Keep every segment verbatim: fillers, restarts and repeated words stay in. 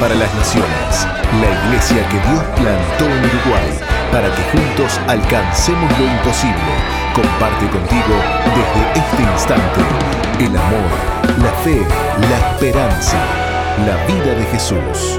para las Naciones, la iglesia que Dios plantó en Uruguay, para que juntos alcancemos lo imposible. Comparte contigo desde este instante el amor, la fe, la esperanza, la vida de Jesús.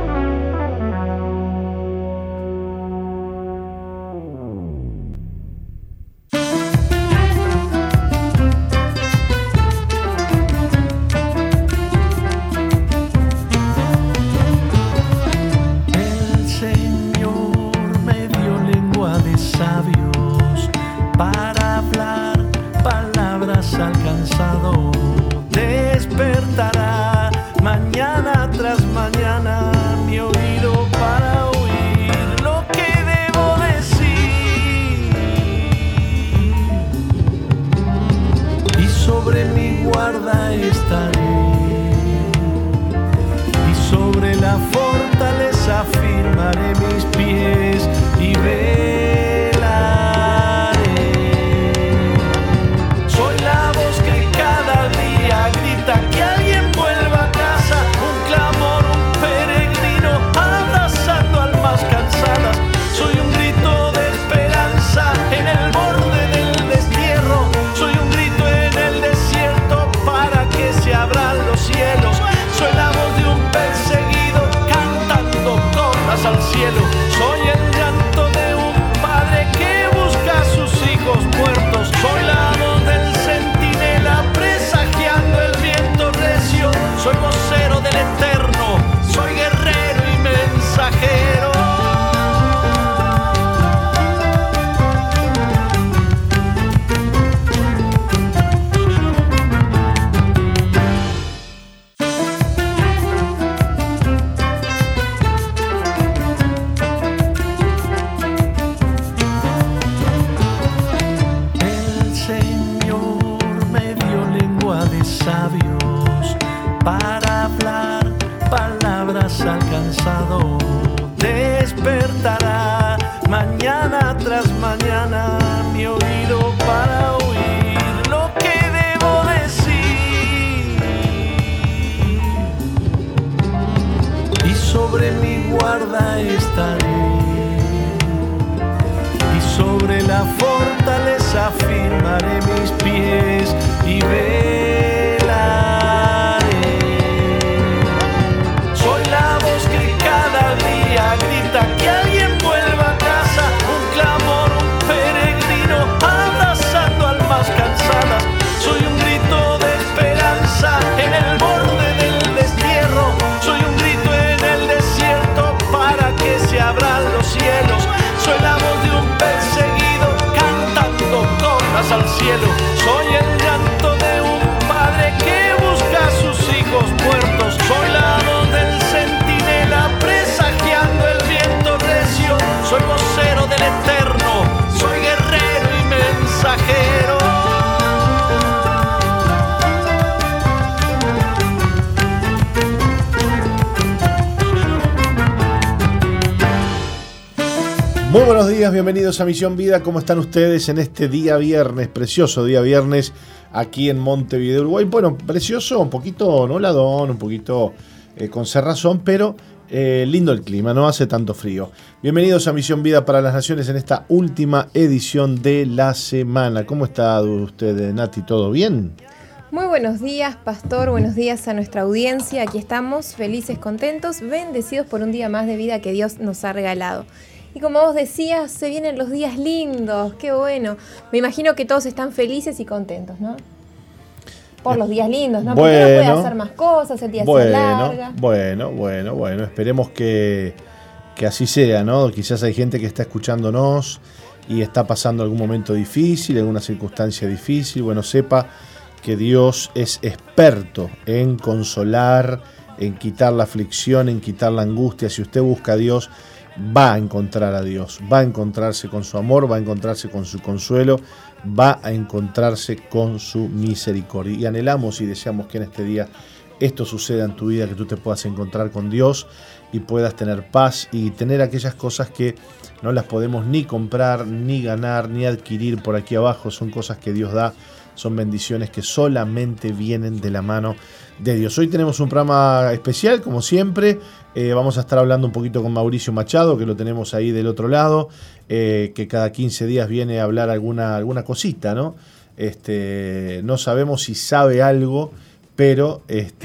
Muy buenos días, bienvenidos a Misión Vida. ¿Cómo están ustedes en este día viernes, precioso día viernes aquí en Montevideo, Uruguay? Bueno, precioso, un poquito nuladón, un poquito eh, con cerrazón, pero eh, lindo el clima, no hace tanto frío. Bienvenidos a Misión Vida para las Naciones en esta última edición de la semana. ¿Cómo está usted, Nati? ¿Todo bien? Muy buenos días, Pastor, buenos días a nuestra audiencia. Aquí estamos, felices, contentos, bendecidos por un día más de vida que Dios nos ha regalado. Y como vos decías, se vienen los días lindos, qué bueno. Me imagino que todos están felices y contentos, ¿no? Por los días lindos, ¿no? Porque bueno, uno puede hacer más cosas, el día bueno, se alarga. Bueno, bueno, bueno, esperemos que, que así sea, ¿no? Quizás hay gente que está escuchándonos y está pasando algún momento difícil, alguna circunstancia difícil. Bueno, sepa que Dios es experto en consolar, en quitar la aflicción, en quitar la angustia. Si usted busca a Dios, va a encontrar a Dios, va a encontrarse con su amor, va a encontrarse con su consuelo, va a encontrarse con su misericordia. Y anhelamos y deseamos que en este día esto suceda en tu vida, que tú te puedas encontrar con Dios y puedas tener paz y tener aquellas cosas que no las podemos ni comprar, ni ganar, ni adquirir por aquí abajo. Son cosas que Dios da son bendiciones que solamente vienen de la mano de Dios. Hoy tenemos un programa especial, como siempre. Eh, vamos a estar hablando un poquito con Mauricio Machado, que lo tenemos ahí del otro lado, eh, que cada quince días viene a hablar alguna, alguna cosita, ¿no? Este, no sabemos si sabe algo, pero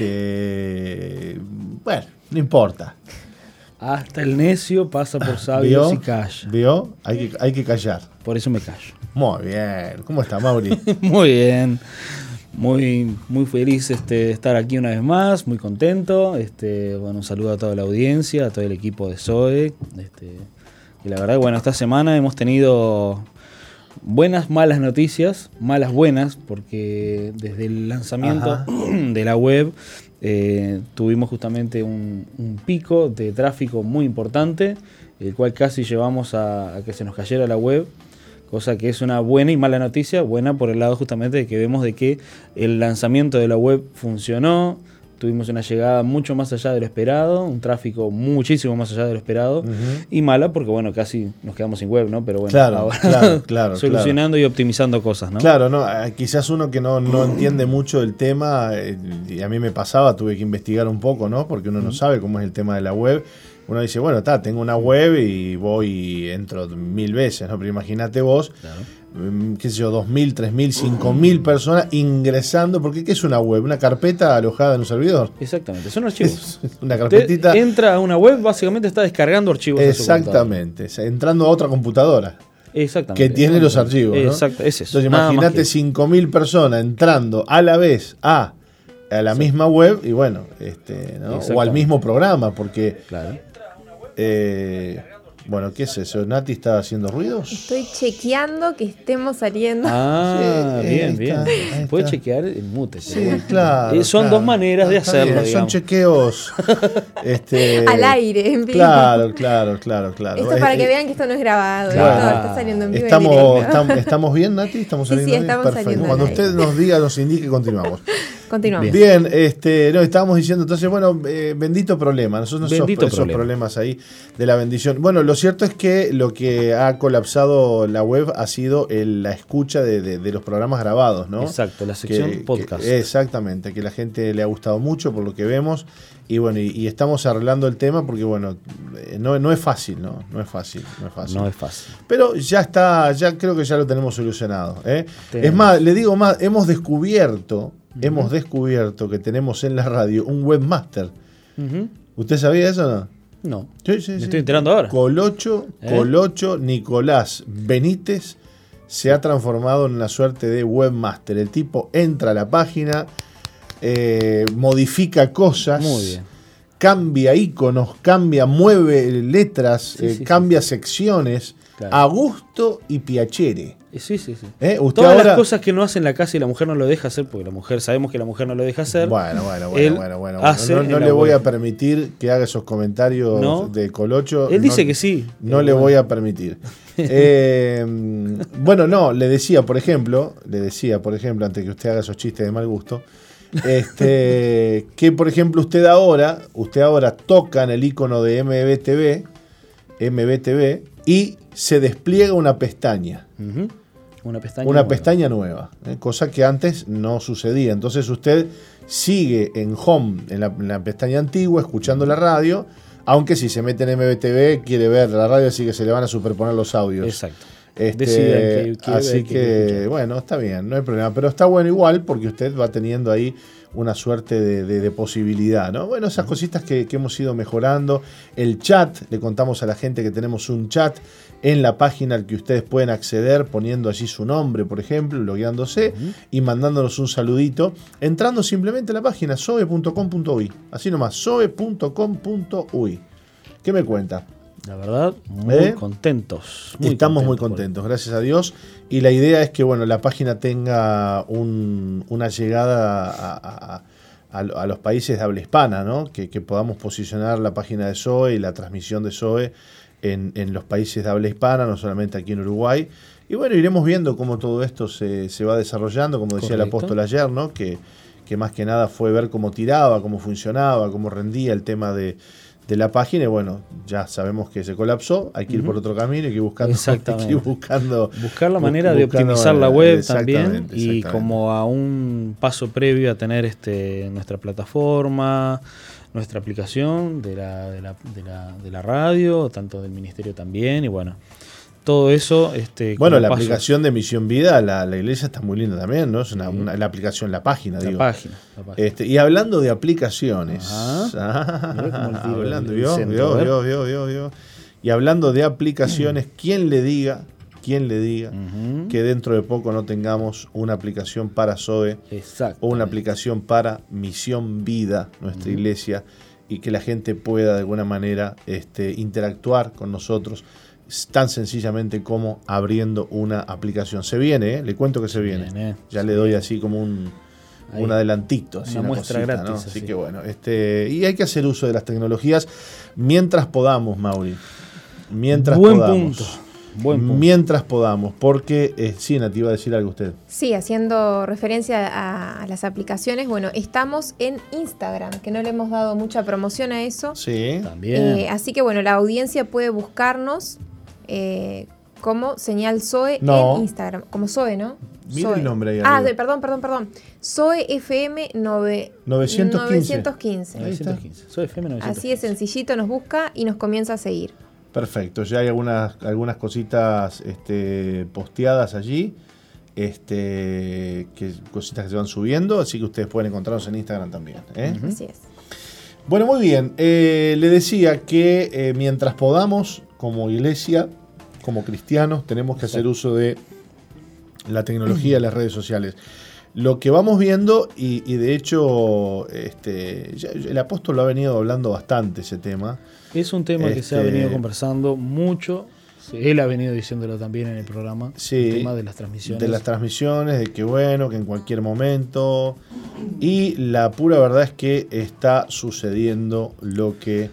este, bueno, no importa. Hasta el necio pasa por sabios y calla. ¿Vio? Hay que, hay que callar. Por eso me callo. Muy bien. ¿Cómo está, Mauri? Muy bien. Muy, muy feliz este, de estar aquí una vez más, muy contento. Este, bueno, un saludo a toda la audiencia, a todo el equipo de Zoe. Este, y la verdad, bueno, esta semana hemos tenido buenas, malas noticias, malas, buenas, porque desde el lanzamiento Ajá. de la web eh, tuvimos justamente un, un pico de tráfico muy importante, el cual casi llevamos a, a que se nos cayera la web. Cosa que es una buena y mala noticia. Buena por el lado justamente de que vemos de que el lanzamiento de la web funcionó. Tuvimos una llegada mucho más allá de lo esperado, un tráfico muchísimo más allá de lo esperado. Uh-huh. Y mala porque, bueno, casi nos quedamos sin web, ¿no? Pero bueno, claro, ahora claro, claro, solucionando claro. y optimizando cosas, ¿no? Claro, no, quizás uno que no, no entiende mucho el tema, eh, y a mí me pasaba, tuve que investigar un poco, ¿no? Porque uno uh-huh. no sabe cómo es el tema de la web. Uno dice, bueno, está, tengo una web y voy y entro mil veces, ¿no? Pero imagínate vos, claro. qué sé yo, dos mil, tres mil, cinco mil personas ingresando, porque ¿qué es una web? Una carpeta alojada en un servidor. Exactamente, son archivos. Es una carpetita. Te entra a una web, básicamente está descargando archivos. Exactamente, entrando a otra computadora. Exactamente. Que tiene los archivos, ¿no? Exacto, es eso. Entonces imagínate cinco mil personas entrando a la vez a, a la sí. misma web y bueno, este, ¿no? O al mismo programa, porque... Claro. Eh, bueno, ¿qué es eso? ¿Nati está haciendo ruidos? Estoy chequeando que estemos saliendo. Ah, sí, bien, bien. Está, Puede chequear el mute. Sí, claro. Eh, son claro. dos maneras de hacerlo, digamos. Son chequeos este, al aire, en vivo. Claro, claro, claro, claro. Esto es para que vean que esto no es grabado, claro. esto está saliendo en vivo. Estamos, estamos, ¿Estamos bien, Nati? ¿Estamos sí, saliendo sí, estamos bien? Perfecto. Saliendo Cuando usted nos diga, nos indique, continuamos. Continuamos. Bien, bien este, no, estábamos diciendo entonces, bueno, eh, bendito problema. Nosotros no bendito esos, problema. esos problemas ahí de la bendición. Bueno, lo cierto es que lo que ha colapsado la web ha sido el, la escucha de, de, de los programas grabados, ¿no? Exacto, la sección que, podcast. Que, exactamente, que la gente le ha gustado mucho por lo que vemos. Y bueno, y, y estamos arreglando el tema porque, bueno, no, no es fácil, ¿no? No es fácil, no es fácil. No es fácil. Pero ya está, ya creo que ya lo tenemos solucionado. ¿eh? Es más, le digo más, hemos descubierto, uh-huh. hemos descubierto que tenemos en la radio un webmaster. Uh-huh. ¿Usted sabía eso o no? No. Sí, sí, Me sí. estoy enterando ahora. Colocho, ¿Eh? Colocho Nicolás Benítez se ha transformado en una suerte de webmaster. El tipo entra a la página, eh, modifica cosas, Muy bien. cambia iconos, cambia, mueve letras, sí, eh, sí, cambia sí. secciones, claro. a gusto y piacere. Sí, sí, sí. ¿Eh? Usted Todas ahora... las cosas que no hace en la casa y la mujer no lo deja hacer, porque la mujer, sabemos que la mujer no lo deja hacer. Bueno, bueno, bueno, bueno, bueno. No, no le web. voy a permitir que haga esos comentarios ¿No? de Colocho. Él dice no, que sí. No le bueno. voy a permitir. eh, bueno, no, le decía, por ejemplo, le decía, por ejemplo, antes que usted haga esos chistes de mal gusto, este, que por ejemplo usted ahora, usted ahora toca en el icono de M B T V, M B T V, y se despliega una pestaña. Uh-huh. Una pestaña Una nueva. pestaña nueva, ¿eh? Cosa que antes no sucedía. Entonces usted sigue en home, en la, en la pestaña antigua, escuchando la radio, aunque si se mete en M B T V quiere ver la radio, así que se le van a superponer los audios. Exacto. Este, que, que así ver, que, que bueno, está bien, no hay problema. Pero está bueno igual porque usted va teniendo ahí una suerte de, de, de posibilidad, ¿no? Bueno, esas cositas que, que hemos ido mejorando. El chat, le contamos a la gente que tenemos un chat en la página al que ustedes pueden acceder poniendo allí su nombre, por ejemplo, logueándose uh-huh. y mandándonos un saludito, entrando simplemente a la página soe punto com punto uy. Así nomás, soe punto com punto uy. ¿Qué me cuenta? La verdad, muy ¿Eh? contentos. Muy Estamos contentos, muy contentos, por... gracias a Dios. Y la idea es que bueno, la página tenga un, una llegada a, a, a, a los países de habla hispana, ¿no? Que, que podamos posicionar la página de Zoe y la transmisión de Zoe en, en los países de habla hispana, no solamente aquí en Uruguay. Y bueno, iremos viendo cómo todo esto se, se va desarrollando, como decía Correcto. El apóstol ayer, ¿no? Que, que más que nada fue ver cómo tiraba, cómo funcionaba, cómo rendía el tema de... de la página y bueno, ya sabemos que se colapsó, hay que ir uh-huh. por otro camino, hay que ir buscando, exactamente. Hay que ir buscando buscar la manera bu- de optimizar la web también y como a un paso previo a tener este nuestra plataforma, nuestra aplicación de la, de la, de la, de la radio, tanto del ministerio también y bueno. Todo eso. Este, bueno, la pasos. aplicación de Misión Vida, la, la iglesia está muy linda también, ¿no? Es una, sí. una, la aplicación, la página, la digo. Página, la página. Este, y hablando de aplicaciones. Ah, hablando, vio, vio, vio, vio, vio, vio. Y hablando de aplicaciones, ¿quién le diga, quién le diga uh-huh. que dentro de poco no tengamos una aplicación para Zoe o una aplicación para Misión Vida, nuestra uh-huh. iglesia, y que la gente pueda de alguna manera este, interactuar con nosotros? Tan sencillamente como abriendo una aplicación. Se viene, ¿eh? Le cuento que se, se viene. viene. Ya se le doy viene. Así como un, un adelantito. Así una, una muestra cosita, gratis. ¿no? Así. así que bueno, este, y hay que hacer uso de las tecnologías mientras podamos, Mauri. Mientras Buen podamos. Punto. Buen punto. Mientras podamos, porque eh, sí, Nati, iba a decir algo usted. Sí, haciendo referencia a, a las aplicaciones, bueno, estamos en Instagram, que no le hemos dado mucha promoción a eso. Sí, también. Eh, así que bueno, la audiencia puede buscarnos eh, como Señal Zoe no. en Instagram, como Zoe, ¿no? Mira Zoe. el nombre ahí. Ah, de, perdón, perdón, perdón. Zoe F M nove, novecientos quince. novecientos quince. novecientos quince. Zoe F M novecientos quince. Así de sencillito, nos busca y nos comienza a seguir. Perfecto, ya hay algunas, algunas cositas este, posteadas allí, este, que, cositas que se van subiendo, así que ustedes pueden encontrarnos en Instagram también. ¿eh? Uh-huh. Así es. Bueno, muy bien. Eh, le decía que eh, mientras podamos, como iglesia, como cristianos, tenemos que hacer uso de la tecnología y las redes sociales. Lo que vamos viendo, y, y de hecho este, ya, el apóstol lo ha venido hablando bastante ese tema. Es un tema este, que se ha venido conversando mucho. Él ha venido diciéndolo también en el programa. Sí, el tema de las transmisiones. De las transmisiones, de que bueno, que en cualquier momento. Y la pura verdad es que está sucediendo lo que,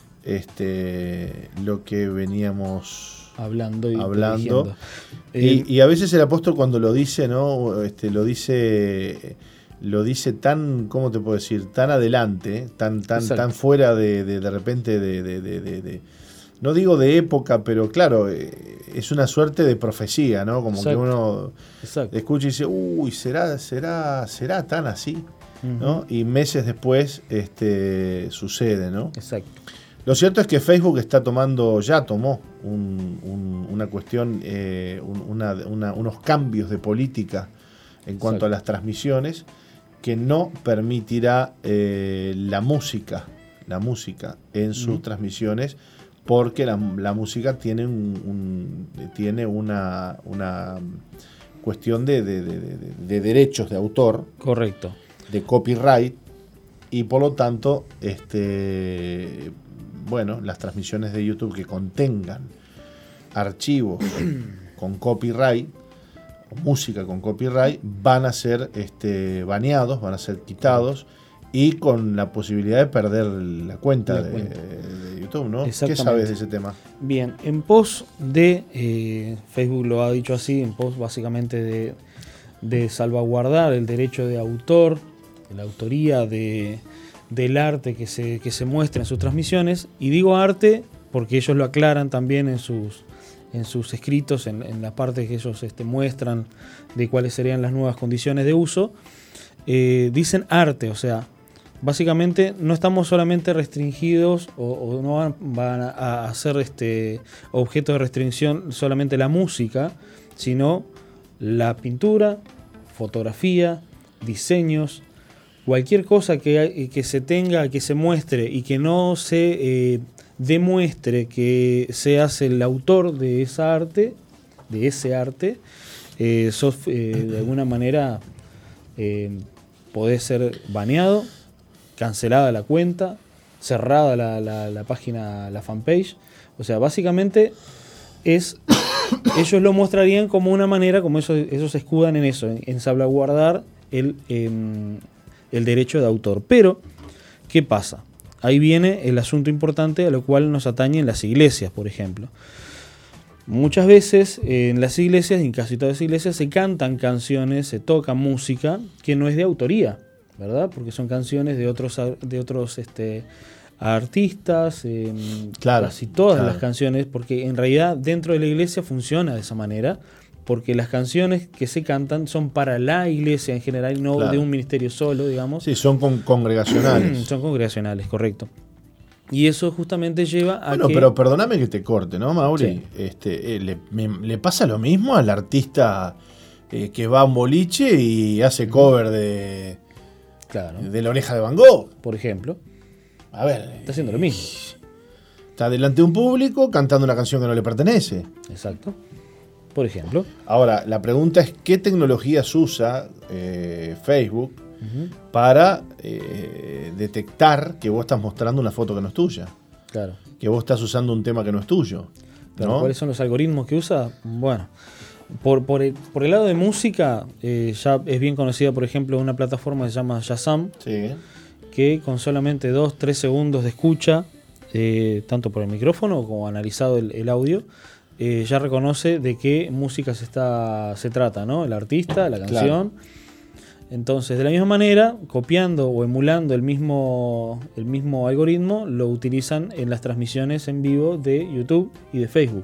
este, lo que veníamos hablando y hablando. Y, y a veces el apóstol cuando lo dice, ¿no? Este, lo dice. Lo dice tan, ¿cómo te puedo decir? Tan adelante, tan, tan, tan fuera de, de, de repente de, de, de, de, de. No digo de época, pero claro, es una suerte de profecía, ¿no? Como Exacto. que uno Exacto. escucha y dice, uy, ¿será, será, será tan así? Uh-huh. ¿No? Y meses después este, sucede, ¿no? Exacto. Lo cierto es que Facebook está tomando, ya tomó un, un, una cuestión, eh, un, una, una, unos cambios de política en cuanto Exacto. a las transmisiones que no permitirá eh, la música, la música en sus uh-huh. transmisiones, porque la, la música tiene un, un tiene una, una cuestión de, de, de, de, de derechos de autor. Correcto. De copyright, y por lo tanto, este bueno, las transmisiones de YouTube que contengan archivos con copyright, o música con copyright, van a ser este, baneados, van a ser quitados, y con la posibilidad de perder la cuenta, la de, cuenta. de YouTube, ¿no? ¿Qué sabes de ese tema? Bien, en pos de, eh, Facebook lo ha dicho así, en pos básicamente de, de salvaguardar el derecho de autor, de la autoría de, del arte que se, que se muestra en sus transmisiones, y digo arte porque ellos lo aclaran también en sus, en sus escritos, en, en la parte que ellos este, muestran de cuáles serían las nuevas condiciones de uso, eh, dicen arte, o sea, básicamente no estamos solamente restringidos o, o no van, van a, a ser este, objeto de restricción solamente la música, sino la pintura, fotografía, diseños, cualquier cosa que, que se tenga, que se muestre y que no se eh, demuestre que seas el autor de esa arte, de ese arte, eh, sos eh, de alguna manera eh, podés ser baneado, cancelada la cuenta, cerrada la, la, la página, la fanpage. O sea, básicamente es ellos lo mostrarían como una manera, como ellos, ellos se escudan en eso, en, en salvaguardar el, eh, el derecho de autor. Pero, ¿qué pasa? Ahí viene el asunto importante a lo cual nos atañe en las iglesias, por ejemplo. Muchas veces eh, en las iglesias, en casi todas las iglesias, se cantan canciones, se toca música que no es de autoría, ¿verdad? Porque son canciones de otros, de otros este, a artistas, eh, claro, casi todas claro. las canciones, porque en realidad dentro de la iglesia funciona de esa manera, porque las canciones que se cantan son para la iglesia en general y no claro. de un ministerio solo, digamos. Sí, son con congregacionales. Son congregacionales, correcto. Y eso justamente lleva a bueno, que... pero perdóname que te corte, ¿no, Mauri? Sí. Este, eh, le, me, ¿Le pasa lo mismo al artista eh, que va a un boliche y hace cover de, Claro. de La Oreja de Van Gogh? Por ejemplo, A ver. está haciendo lo mismo. Está delante de un público cantando una canción que no le pertenece. Exacto. Por ejemplo. Ahora, la pregunta es ¿qué tecnologías usa eh, Facebook Uh-huh. para eh, detectar que vos estás mostrando una foto que no es tuya? Claro. Que vos estás usando un tema que no es tuyo. Claro, ¿no? ¿cuáles son los algoritmos que usa? Bueno, por, por, el, por el lado de música, eh, ya es bien conocida, por ejemplo, una plataforma que se llama Shazam, Sí. que con solamente dos tres segundos de escucha, eh, tanto por el micrófono como analizado el, el audio, eh, ya reconoce de qué música se, está, se trata, ¿no? El artista, la canción. Claro. Entonces, de la misma manera, copiando o emulando el mismo, el mismo algoritmo, lo utilizan en las transmisiones en vivo de YouTube y de Facebook.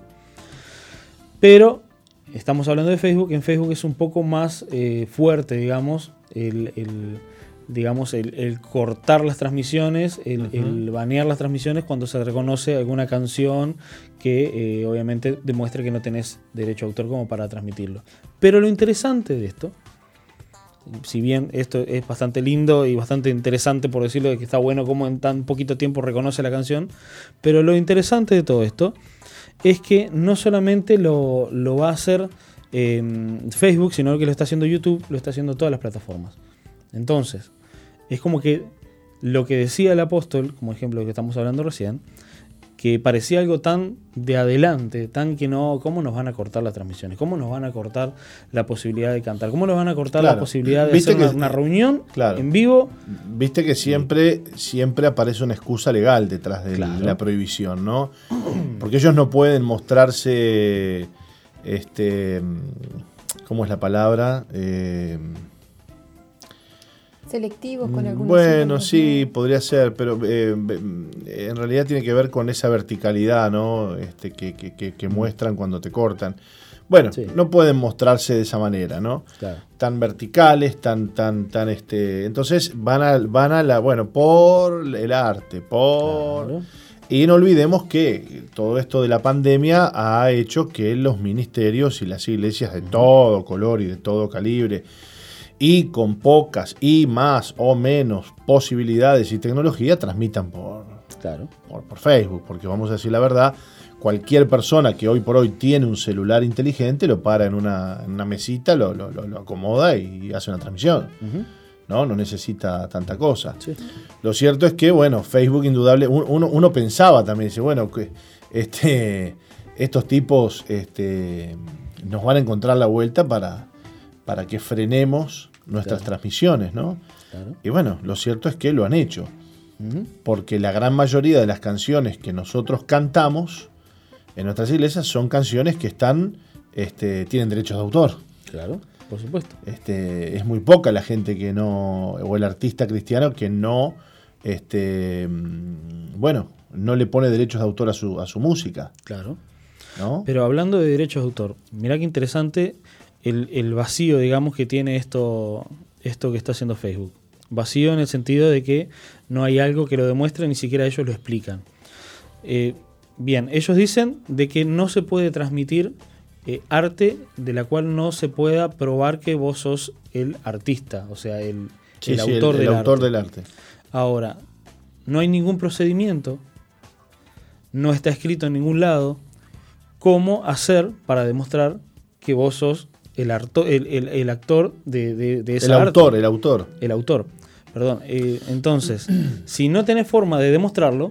Pero estamos hablando de Facebook, en Facebook es un poco más eh, fuerte, digamos, el, el, digamos el, el cortar las transmisiones, el, uh-huh. el banear las transmisiones cuando se reconoce alguna canción que eh, obviamente demuestre que no tenés derecho a autor como para transmitirlo. Pero lo interesante de esto, si bien esto es bastante lindo y bastante interesante, por decirlo, de que está bueno cómo en tan poquito tiempo reconoce la canción, pero lo interesante de todo esto es que no solamente lo, lo va a hacer eh, Facebook, sino que lo está haciendo YouTube, lo está haciendo todas las plataformas. Entonces, es como que lo que decía el apóstol, como ejemplo que estamos hablando recién, que parecía algo tan de adelante, tan que no, ¿cómo nos van a cortar las transmisiones? ¿Cómo nos van a cortar la posibilidad de cantar? ¿Cómo nos van a cortar claro. la posibilidad de ¿Viste hacer una, que, una reunión claro. en vivo? Viste que siempre, siempre aparece una excusa legal detrás de claro. la prohibición, ¿no? Porque ellos no pueden mostrarse, este, ¿cómo es la palabra? Eh, selectivos con algunos. Bueno, sí, podría ser, pero eh, en realidad tiene que ver con esa verticalidad, ¿no? Este, que, que, que, que muestran cuando te cortan. Bueno, sí. No pueden mostrarse de esa manera, ¿no? Claro. Tan verticales, tan, tan, tan, este. Entonces van a, van a la, bueno, por el arte, por. Claro. Y no olvidemos que todo esto de la pandemia ha hecho que los ministerios y las iglesias de todo color y de todo calibre, y con pocas y más o menos posibilidades y tecnología, transmitan por, claro. por, por Facebook, porque vamos a decir la verdad, cualquier persona que hoy por hoy tiene un celular inteligente lo para en una, en una mesita, lo, lo, lo acomoda y hace una transmisión. Uh-huh. ¿No? No necesita tanta cosa. Sí. Lo cierto es que, bueno, Facebook indudable, uno, uno pensaba también, dice, bueno, que este, estos tipos este, nos van a encontrar la vuelta para... para que frenemos nuestras claro. transmisiones, ¿no? Claro. Y bueno, lo cierto es que lo han hecho. Uh-huh. Porque la gran mayoría de las canciones que nosotros cantamos en nuestras iglesias son canciones que están, este, tienen derechos de autor. Claro, por supuesto. Este, es muy poca la gente que no, o el artista cristiano que no, este, bueno, no le pone derechos de autor a su, a su música. Claro. ¿No? Pero hablando de derechos de autor, mirá qué interesante el, el vacío, digamos, que tiene esto, esto que está haciendo Facebook. Vacío en el sentido de que no hay algo que lo demuestre, ni siquiera ellos lo explican. Eh, bien, ellos dicen de que no se puede transmitir eh, arte de la cual no se pueda probar que vos sos el artista, o sea, el, sí, el sí, autor, el, del, el autor arte. del arte. Ahora, no hay ningún procedimiento, no está escrito en ningún lado cómo hacer para demostrar que vos sos el, arto, el, el, el actor de, de, de esa el arte. autor, el autor. El autor, perdón. Eh, entonces, si no tenés forma de demostrarlo,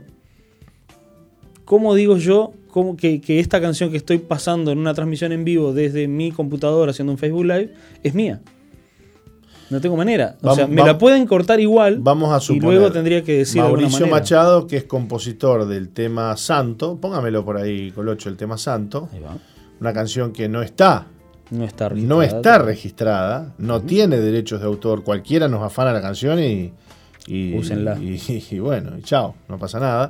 ¿cómo digo yo cómo que, que esta canción que estoy pasando en una transmisión en vivo desde mi computadora haciendo un Facebook Live es mía? No tengo manera. O vamos, sea, me vamos, la pueden cortar igual. Vamos a suponer, y luego tendría que decir Mauricio de alguna manera. Machado, que es compositor del tema Santo, póngamelo por ahí, Colocho, el tema Santo. Ahí va. Una canción que no está, no está registrada. No está registrada, no uh-huh. tiene derechos de autor. Cualquiera nos afana la canción y, Y, úsenla. Y, y, y bueno, y chao, no pasa nada.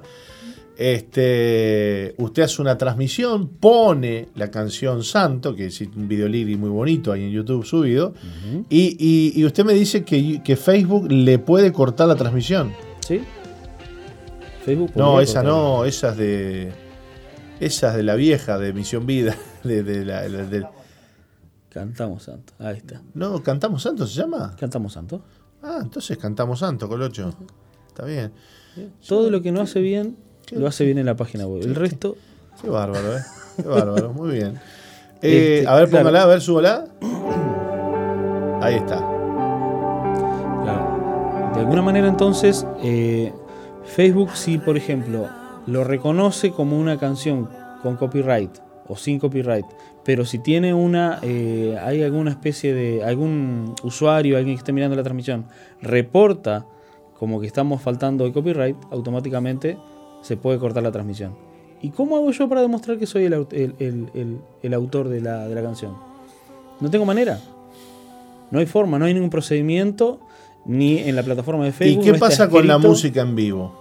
Este, usted hace una transmisión, pone la canción Santo, que es un videoliri muy bonito ahí en YouTube subido, uh-huh. y, y, y usted me dice que, que Facebook le puede cortar la transmisión. Sí. Facebook no, esa no, esas de esas de la vieja de Misión Vida, de, de la de, de, Cantamos Santo, ahí está. No, Cantamos Santo se llama. Cantamos Santo. Ah, entonces Cantamos Santo, Colocho. Uh-huh. Está bien. Todo lo que no hace bien lo hace bien en la página web. El resto. Qué bárbaro, ¿eh? Qué bárbaro, muy bien. Eh, este, a ver, póngala, claro. A ver, súbala. Ahí está. Claro. De alguna manera, entonces, eh, Facebook, si por ejemplo lo reconoce como una canción con copyright o sin copyright, pero si tiene una, eh, hay alguna especie de, algún usuario, alguien que esté mirando la transmisión, reporta como que estamos faltando de copyright, automáticamente se puede cortar la transmisión. ¿Y cómo hago yo para demostrar que soy el, el, el, el, el autor de la, de la canción? No tengo manera. No hay forma, no hay ningún procedimiento, ni en la plataforma de Facebook. ¿Y qué no pasa con la música en vivo?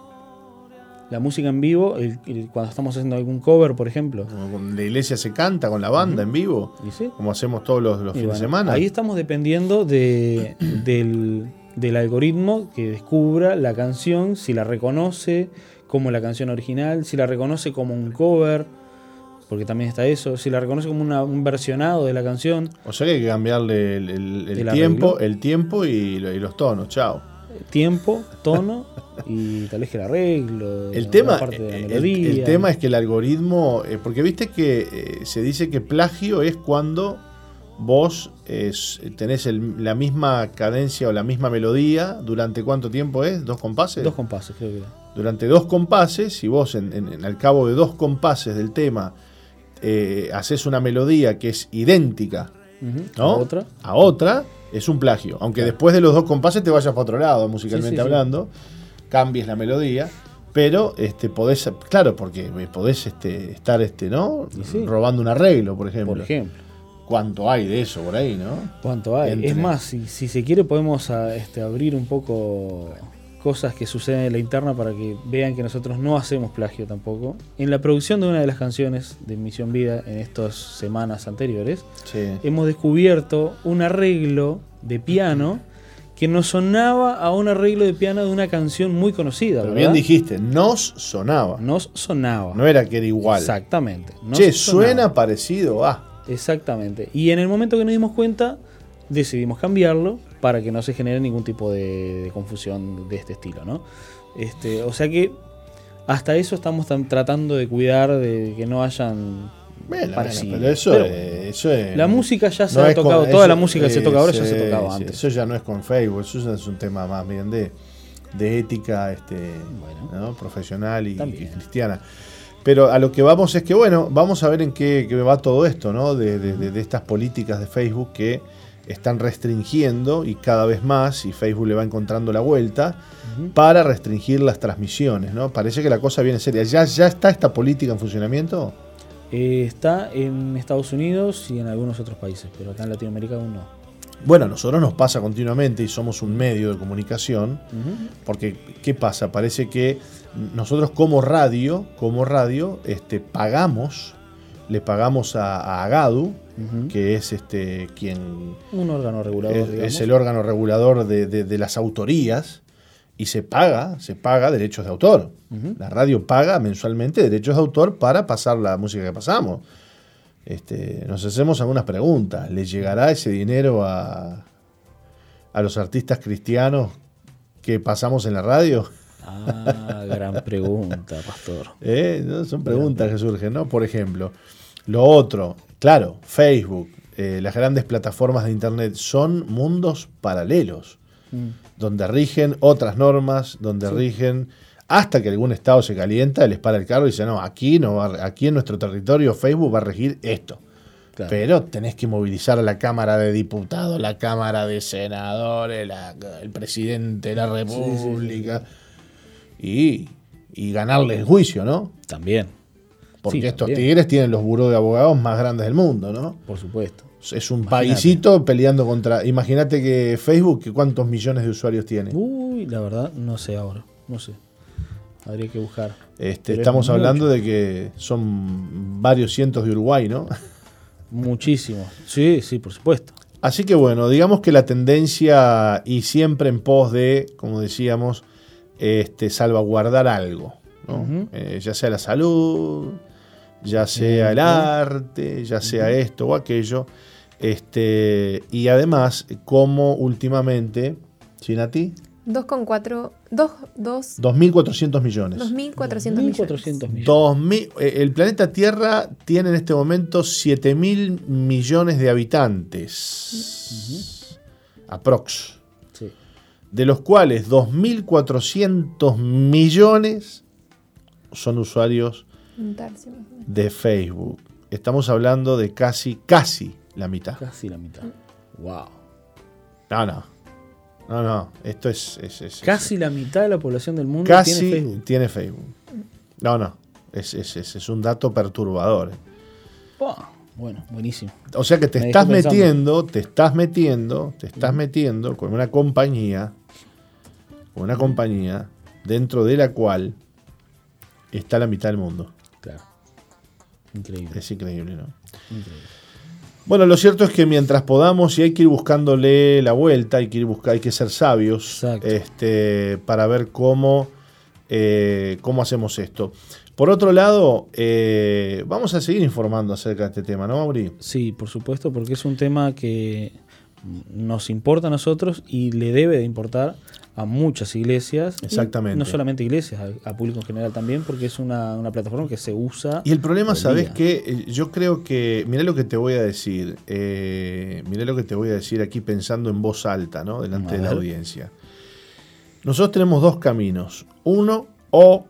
La música en vivo, el, el, cuando estamos haciendo algún cover, por ejemplo. Como la iglesia se canta con la banda uh-huh. en vivo, ¿Y sí? como hacemos todos los, los fines bueno, de semana. Ahí estamos dependiendo de, del, del algoritmo que descubra la canción, si la reconoce como la canción original, si la reconoce como un cover, porque también está eso, si la reconoce como una, un versionado de la canción. O sea que hay que cambiarle el, el, el, el tiempo, el tiempo y, y los tonos, chao. Tiempo, tono y tal vez que el arreglo, el tema, parte de la el, melodía. El tema es que el algoritmo, eh, porque viste que eh, se dice que plagio es cuando vos eh, tenés el, la misma cadencia o la misma melodía, ¿durante cuánto tiempo es? ¿Dos compases? Dos compases, creo que. Durante dos compases, y vos en, en, en, al cabo de dos compases del tema eh, haces una melodía que es idéntica uh-huh. ¿no? a otra, a otra, es un plagio. Aunque claro. después de los dos compases te vayas para otro lado, musicalmente sí, sí, hablando, sí. cambies la melodía, pero este podés, claro, porque podés este, estar este, ¿no? Sí. robando un arreglo, por ejemplo. Por ejemplo. ¿Cuánto hay de eso por ahí, no? ¿Cuánto hay? Entre... Es más, si, si se quiere podemos a, este, abrir un poco cosas que suceden en la interna para que vean que nosotros no hacemos plagio tampoco. En la producción de una de las canciones de Misión Vida en estas semanas anteriores, sí. hemos descubierto un arreglo de piano que nos sonaba a un arreglo de piano de una canción muy conocida. Pero ¿verdad? Bien dijiste, nos sonaba. Nos sonaba. No era que era igual. Exactamente. Nos che, sonaba. Suena parecido a... Exactamente. Y en el momento que nos dimos cuenta, decidimos cambiarlo para que no se genere ningún tipo de, de confusión de este estilo, ¿no? Este, o sea que hasta eso estamos tan, tratando de cuidar de que no hayan bueno, parecidos. Bueno, pero eso, pero es, eso es... La música ya se no ha tocado, con, toda eso, la música que se toca ahora ya se tocaba sí, antes. Eso ya no es con Facebook, eso ya es un tema más bien de, de ética este, bueno, ¿no? profesional y, y cristiana. Pero a lo que vamos es que, bueno, vamos a ver en qué, qué va todo esto, ¿no? De, de, de, de estas políticas de Facebook que están restringiendo y cada vez más, y Facebook le va encontrando la vuelta, uh-huh. para restringir las transmisiones, ¿no? Parece que la cosa viene seria. ¿Ya, ya está esta política en funcionamiento? Eh, está en Estados Unidos y en algunos otros países, pero acá en Latinoamérica aún no. Bueno, a nosotros nos pasa continuamente y somos un medio de comunicación, uh-huh. porque ¿qué pasa? Parece que nosotros como radio, como radio, este, pagamos, le pagamos a, a Agadu, uh-huh. que es este quien un órgano regulador, es, digamos. es el órgano regulador de, de, de las autorías, y se paga, se paga derechos de autor. Uh-huh. La radio paga mensualmente derechos de autor para pasar la música que pasamos. Este, nos hacemos algunas preguntas. ¿Le llegará ese dinero a, a los artistas cristianos que pasamos en la radio? Ah, gran pregunta, pastor. ¿Eh? ¿No? Son preguntas que surgen, ¿no? Por ejemplo, lo otro, claro, Facebook, eh, las grandes plataformas de Internet son mundos paralelos, mm. donde rigen otras normas, donde sí. rigen... Hasta que algún estado se calienta, les para el carro y dice, no, aquí, no va, aquí en nuestro territorio Facebook va a regir esto. Claro. Pero tenés que movilizar a la Cámara de Diputados, la Cámara de Senadores, la, el presidente de la República, sí, sí, sí. Y, y ganarle el juicio, ¿no? También. Porque sí, estos también. tigres tienen los burós de abogados más grandes del mundo, ¿no? Por supuesto. Es un Imagínate. paísito peleando contra... Imagínate que Facebook, ¿cuántos millones de usuarios tiene? Uy, Uy, la verdad, no sé ahora. No sé. Habría que buscar. Este, estamos hablando mucho. de que son varios cientos de Uruguay, ¿no? Muchísimo. Sí, sí, por supuesto. Así que bueno, digamos que la tendencia, y siempre en pos de, como decíamos, este, salvaguardar algo, ¿no? Uh-huh. eh, ya sea la salud, ya sea uh-huh. el arte, ya sea uh-huh. esto o aquello. Este, y además, como últimamente, Chinati, dos coma cuatro, dos, dos, dos mil cuatrocientos millones. dos mil cuatrocientos millones. dos mil, el planeta Tierra tiene en este momento siete mil millones de habitantes. Uh-huh. Aprox. Sí. De los cuales dos mil cuatrocientos millones son usuarios de Facebook. Estamos hablando de casi, casi la mitad. Casi la mitad. Wow. No, no. No, no. Esto es... es, es casi es, la mitad de la población del mundo casi tiene Facebook. Tiene Facebook. No, no. Es, es, es, es un dato perturbador. Oh, bueno, buenísimo. O sea que te Me estás metiendo, te estás metiendo, te estás uh-huh. metiendo con una compañía, con una compañía dentro de la cual está la mitad del mundo. Claro. Increíble. Es increíble, ¿no? Increíble. Bueno, lo cierto es que mientras podamos, y hay que ir buscándole la vuelta, hay que ir buscar, hay que ser sabios este, para ver cómo, eh, cómo hacemos esto. Por otro lado, eh, vamos a seguir informando acerca de este tema, ¿no, Mauri? Sí, por supuesto, porque es un tema que nos importa a nosotros y le debe de importar a muchas iglesias. Exactamente. No solamente iglesias, a, a público en general también, porque es una, una plataforma que se usa. Y el problema, ¿sabes qué? Yo creo que, mirá lo que te voy a decir, eh, mirá lo que te voy a decir aquí pensando en voz alta, ¿no? Delante de la audiencia. Nosotros tenemos dos caminos. Uno, o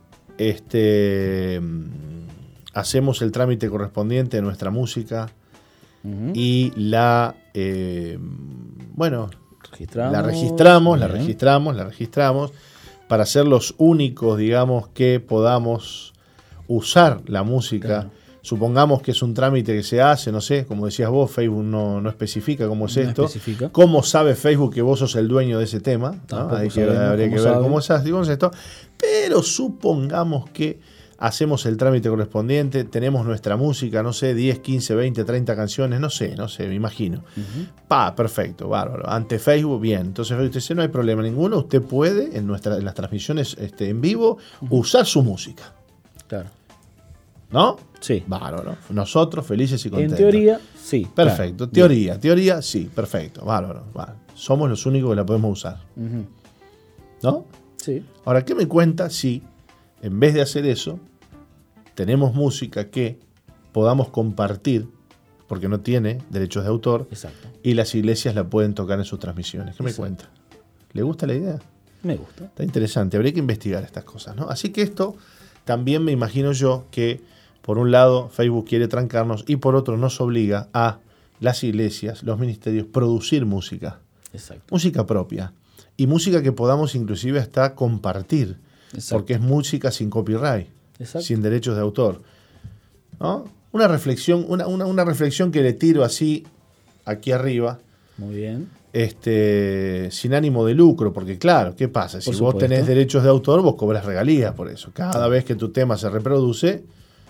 este, hacemos el trámite correspondiente de nuestra música uh-huh. y la, eh, bueno... Registramos, la registramos, bien. la registramos, la registramos para ser los únicos, digamos, que podamos usar la música. Claro. Supongamos que es un trámite que se hace, no sé, como decías vos, Facebook no, no especifica cómo es no esto. Especifica. ¿Cómo sabe Facebook que vos sos el dueño de ese tema? ¿No? Hay que, habría que ver sabe. cómo es esto. Pero supongamos que hacemos el trámite correspondiente, tenemos nuestra música, no sé, diez, quince, veinte, treinta canciones, no sé, no sé, me imagino. Uh-huh. Pa, perfecto, bárbaro. Ante Facebook, bien. Entonces Facebook dice, no hay problema ninguno, usted puede en, nuestra, en las transmisiones este, en vivo uh-huh. usar su música. Claro. ¿No? Sí. Bárbaro. Nosotros felices y contentos. En teoría, sí. Perfecto. Claro. Teoría, bien. teoría, sí, perfecto, bárbaro, bárbaro. Somos los únicos que la podemos usar. Uh-huh. ¿No? Sí. Ahora, ¿qué me cuenta si en vez de hacer eso, tenemos música que podamos compartir, porque no tiene derechos de autor, Exacto. y las iglesias la pueden tocar en sus transmisiones? ¿Qué Exacto. me cuenta? ¿Le gusta la idea? Me gusta. Está interesante, habría que investigar estas cosas, ¿no? Así que esto también me imagino yo que, por un lado, Facebook quiere trancarnos y por otro nos obliga a las iglesias, los ministerios, producir música. Exacto. Música propia. Y música que podamos inclusive hasta compartir, Exacto. porque es música sin copyright. Exacto. Sin derechos de autor, ¿no? Una reflexión, una, una, una reflexión que le tiro así aquí arriba. Muy bien. Este, sin ánimo de lucro, porque claro, ¿qué pasa? Por si supuesto. vos tenés derechos de autor, vos cobras regalías por eso. Cada vez que tu tema se reproduce,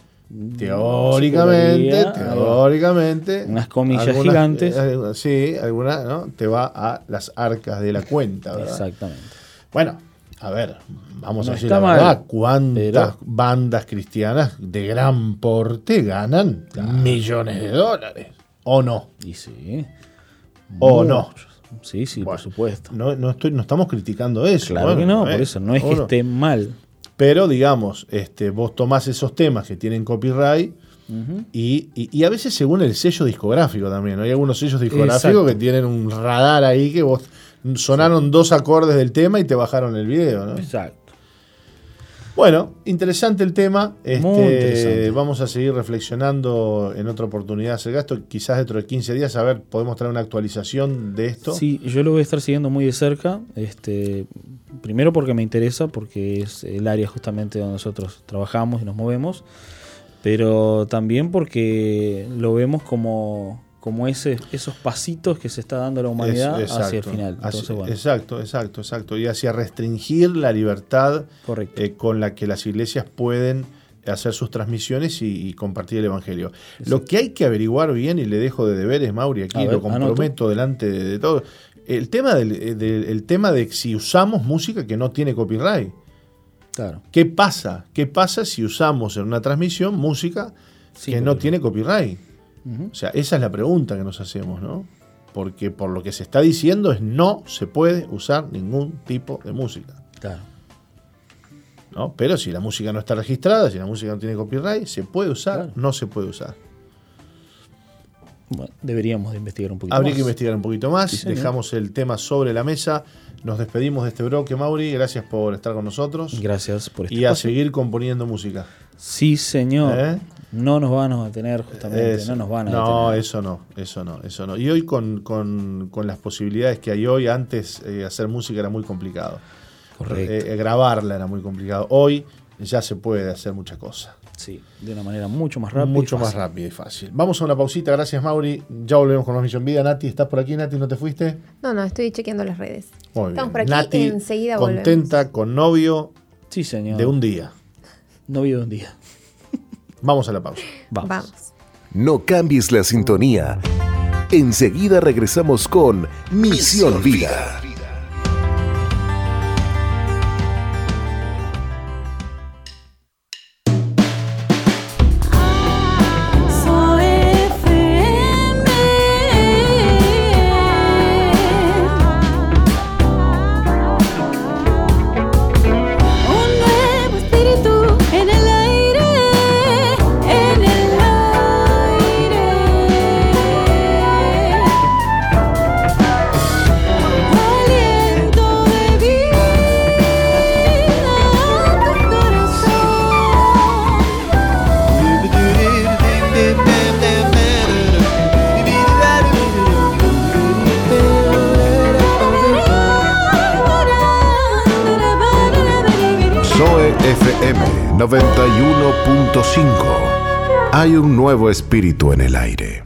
teóricamente, teóricamente, unas comillas algunas, gigantes. Eh, sí, alguna, ¿no? Te va a las arcas de la cuenta, ¿verdad? Exactamente. Bueno, a ver, vamos no a decir la mal, verdad, ¿cuántas pero... bandas cristianas de gran porte ganan claro. millones de dólares? ¿O no? Y sí. ¿O no? Sí, sí, bueno, por supuesto. No, no, estoy, no estamos criticando eso. Claro bueno, que no, eh, por eso, no es que no. esté mal. Pero, digamos, este, vos tomás esos temas que tienen copyright uh-huh. y, y, y a veces según el sello discográfico también, ¿no? Hay algunos sellos discográficos Exacto. que tienen un radar ahí que vos... Sonaron sí. dos acordes del tema y te bajaron el video, ¿no? Exacto. Bueno, interesante el tema. Este, Muy interesante. Vamos a seguir reflexionando en otra oportunidad acerca de esto. Quizás dentro de quince días, a ver, podemos traer una actualización de esto. Sí, yo lo voy a estar siguiendo muy de cerca. Este, primero porque me interesa, porque es el área justamente donde nosotros trabajamos y nos movemos. Pero también porque lo vemos como, como ese, esos pasitos que se está dando la humanidad Es, hacia el final. Entonces, hacia, bueno. Exacto, exacto, exacto. Y hacia restringir la libertad eh, con la que las iglesias pueden hacer sus transmisiones y, y compartir el Evangelio. Sí. Lo que hay que averiguar bien, y le dejo de deberes, Mauri, aquí ver, lo comprometo anoto. delante de, de todo, el tema, del, del, el tema de si usamos música que no tiene copyright. Claro. ¿Qué pasa? ¿Qué pasa si usamos en una transmisión música sí, que no tiene copyright? Uh-huh. O sea, esa es la pregunta que nos hacemos, ¿no? Porque por lo que se está diciendo es no se puede usar ningún tipo de música. Claro. ¿No? Pero si la música no está registrada, si la música no tiene copyright, ¿se puede usar? Claro. No se puede usar. Bueno, deberíamos de investigar un poquito Habría más. que investigar un poquito más. Sí, Dejamos el tema sobre la mesa. Nos despedimos de este bloque, Mauri. Gracias por estar con nosotros. Gracias por este Y espacio. a seguir componiendo música. Sí, señor. ¿Eh? No nos van a detener, justamente. Eso. No nos van a no, detener. No, eso no, eso no, eso no. Y hoy con, con, con las posibilidades que hay hoy, antes eh, hacer música era muy complicado. Correcto. Eh, grabarla era muy complicado. Hoy ya se puede hacer muchas cosas. Sí, de una manera mucho más rápida. Mucho más rápida y fácil. Vamos a una pausita, gracias Mauri. Ya volvemos con los Misión Vida. Nati, ¿estás por aquí, Nati? ¿No te fuiste? No, no, estoy chequeando las redes. Muy Estamos bien. por aquí, Nati, enseguida contenta volvemos. con novio. Sí, señor. De un día. Novio de un día. Vamos a la pausa. Vamos. Vamos. No cambies la sintonía. Enseguida regresamos con Misión Vida. F M noventa y uno punto cinco. Hay un nuevo espíritu en el aire.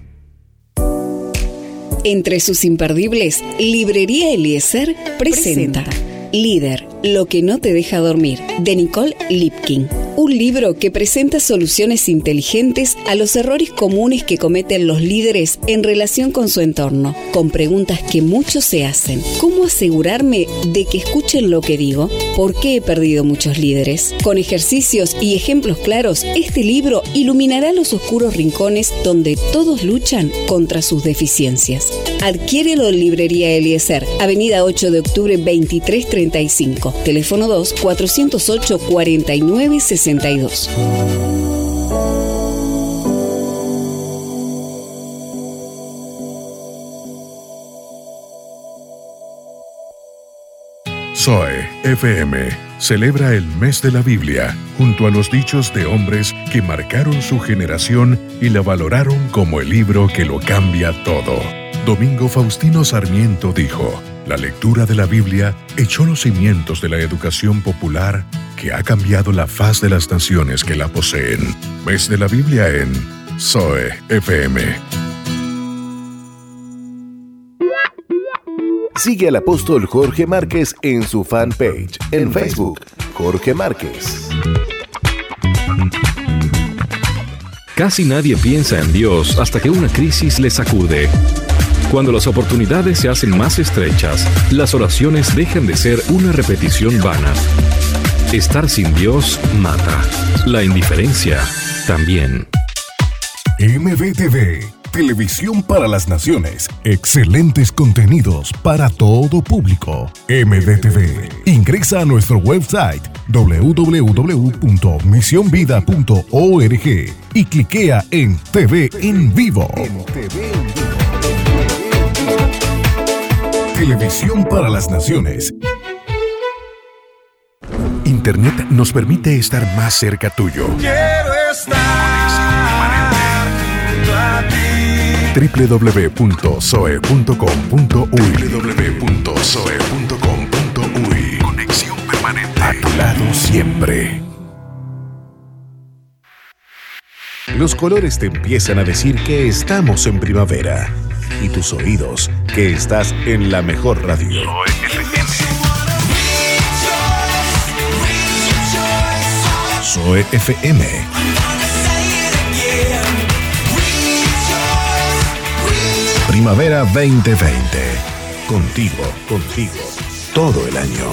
Entre sus imperdibles, Librería Eliezer presenta Líder, lo que no te deja dormir, de Nicole Lipkin. Un libro que presenta soluciones inteligentes a los errores comunes que cometen los líderes en relación con su entorno, con preguntas que muchos se hacen. ¿Cómo asegurarme de que escuchen lo que digo? ¿Por qué he perdido muchos líderes? Con ejercicios y ejemplos claros, este libro iluminará los oscuros rincones donde todos luchan contra sus deficiencias. Adquiérelo en Librería Eliezer, Avenida ocho de octubre veintitrés treinta y cinco, teléfono dos, cuatrocientos ocho, cuarenta y nueve sesenta y dos. Zoe F M celebra el mes de la Biblia junto a los dichos de hombres que marcaron su generación y la valoraron como el libro que lo cambia todo. Domingo Faustino Sarmiento dijo: la lectura de la Biblia echó los cimientos de la educación popular que ha cambiado la faz de las naciones que la poseen. Mes de la Biblia en Zoe F M. Sigue al apóstol Jorge Márquez en su fanpage en Facebook, Jorge Márquez. Casi nadie piensa en Dios hasta que una crisis le sacude. Cuando las oportunidades se hacen más estrechas, las oraciones dejan de ser una repetición vana. Estar sin Dios mata. La indiferencia también. M V T V, Televisión para las Naciones. Excelentes contenidos para todo público. M V T V. Ingresa a nuestro website doble u doble u doble u punto misión vida punto org y cliquea en T V en vivo. Televisión para las Naciones. Internet nos permite estar más cerca tuyo. Quiero estar junto a ti. doble u doble u doble u punto zoe punto com punto u i doble u doble u doble u punto zoe punto com punto u i. Conexión permanente. A tu lado siempre. Los colores te empiezan a decir que estamos en primavera. Y tus oídos que estás en la mejor radio. Zoe F M. Primavera veinte veinte. Contigo, contigo, todo el año.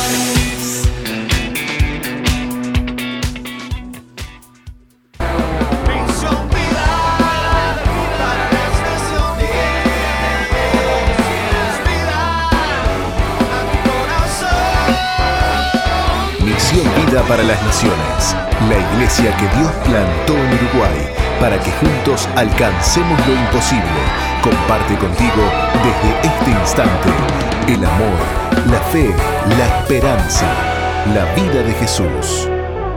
Vida para las Naciones, la iglesia que Dios plantó en Uruguay para que juntos alcancemos lo imposible. Comparte contigo desde este instante el amor, la fe, la esperanza, la vida de Jesús.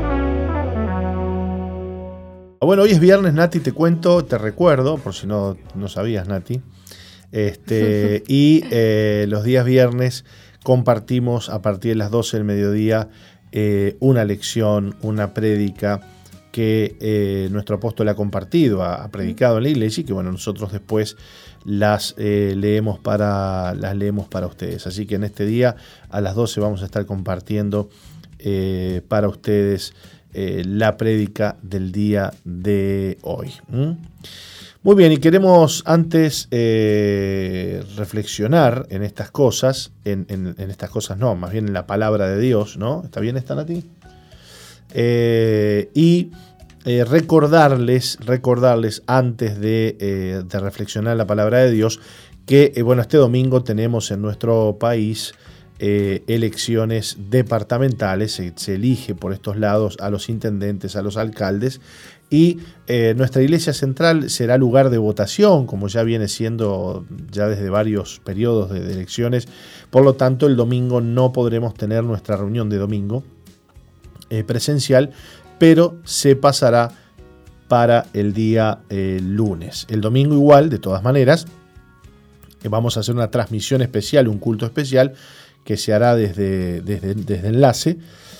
Bueno, hoy es viernes, Nati, te cuento, te recuerdo, por si no, no sabías, Nati, este, y eh, los días viernes compartimos a partir de las doce del mediodía Eh, una lección, una prédica que eh, nuestro apóstol ha compartido, ha, ha predicado en la iglesia y que bueno, nosotros después las eh, leemos para las leemos para ustedes. Así que en este día a las doce vamos a estar compartiendo eh, para ustedes eh, la prédica del día de hoy. ¿Mm? Muy bien, y queremos antes eh, reflexionar en estas cosas, en, en, en estas cosas no, más bien en la palabra de Dios, ¿no? ¿Está bien esta, Nati? Eh, y eh, recordarles, recordarles antes de, eh, de reflexionar la palabra de Dios, que eh, bueno, este domingo tenemos en nuestro país eh, elecciones departamentales, se, se elige por estos lados a los intendentes, a los alcaldes, y eh, nuestra iglesia central será lugar de votación, como ya viene siendo ya desde varios periodos de, de elecciones. Por lo tanto, el domingo no podremos tener nuestra reunión de domingo eh, presencial, pero se pasará para el día eh, lunes. El domingo igual, de todas maneras, eh, vamos a hacer una transmisión especial, un culto especial, que se hará desde, desde, desde Enlace,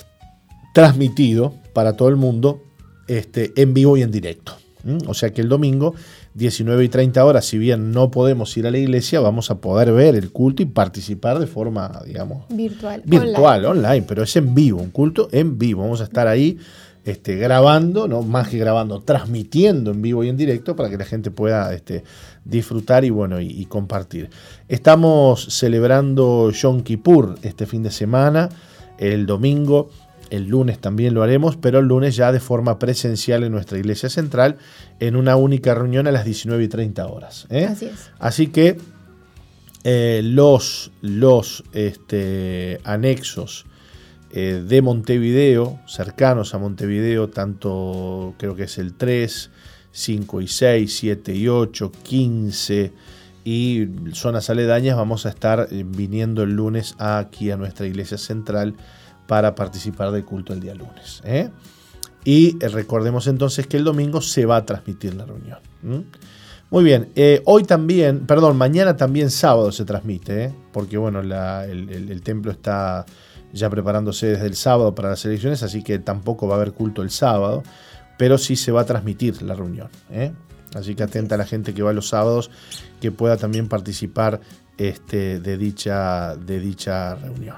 transmitido para todo el mundo, Este, en vivo y en directo. ¿Mm? O sea que el domingo, diecinueve y treinta horas, si bien no podemos ir a la iglesia, vamos a poder ver el culto y participar de forma, digamos, virtual, virtual online. online, pero es en vivo, un culto en vivo. Vamos a estar ahí este, grabando, no más que grabando, transmitiendo en vivo y en directo para que la gente pueda este, disfrutar y, bueno, y, y compartir. Estamos celebrando Yom Kippur este fin de semana, el domingo. El lunes también lo haremos, pero el lunes ya de forma presencial en nuestra iglesia central, en una única reunión a las diecinueve y treinta horas. ¿eh? Así es. Así que eh, los, los este, anexos eh, de Montevideo, cercanos a Montevideo, tanto creo que es el tres, cinco y seis, siete y ocho, quince y zonas aledañas, vamos a estar viniendo el lunes aquí a nuestra iglesia central para participar del culto el día lunes. ¿eh? Y eh, recordemos entonces que el domingo se va a transmitir la reunión. ¿Mm? Muy bien, eh, hoy también, perdón, mañana también sábado se transmite, ¿eh? porque bueno, la, el, el, el templo está ya preparándose desde el sábado para las elecciones, así que tampoco va a haber culto el sábado, pero sí se va a transmitir la reunión. ¿eh? Así que atenta a la gente que va los sábados, que pueda también participar este, de, dicha, de dicha reunión.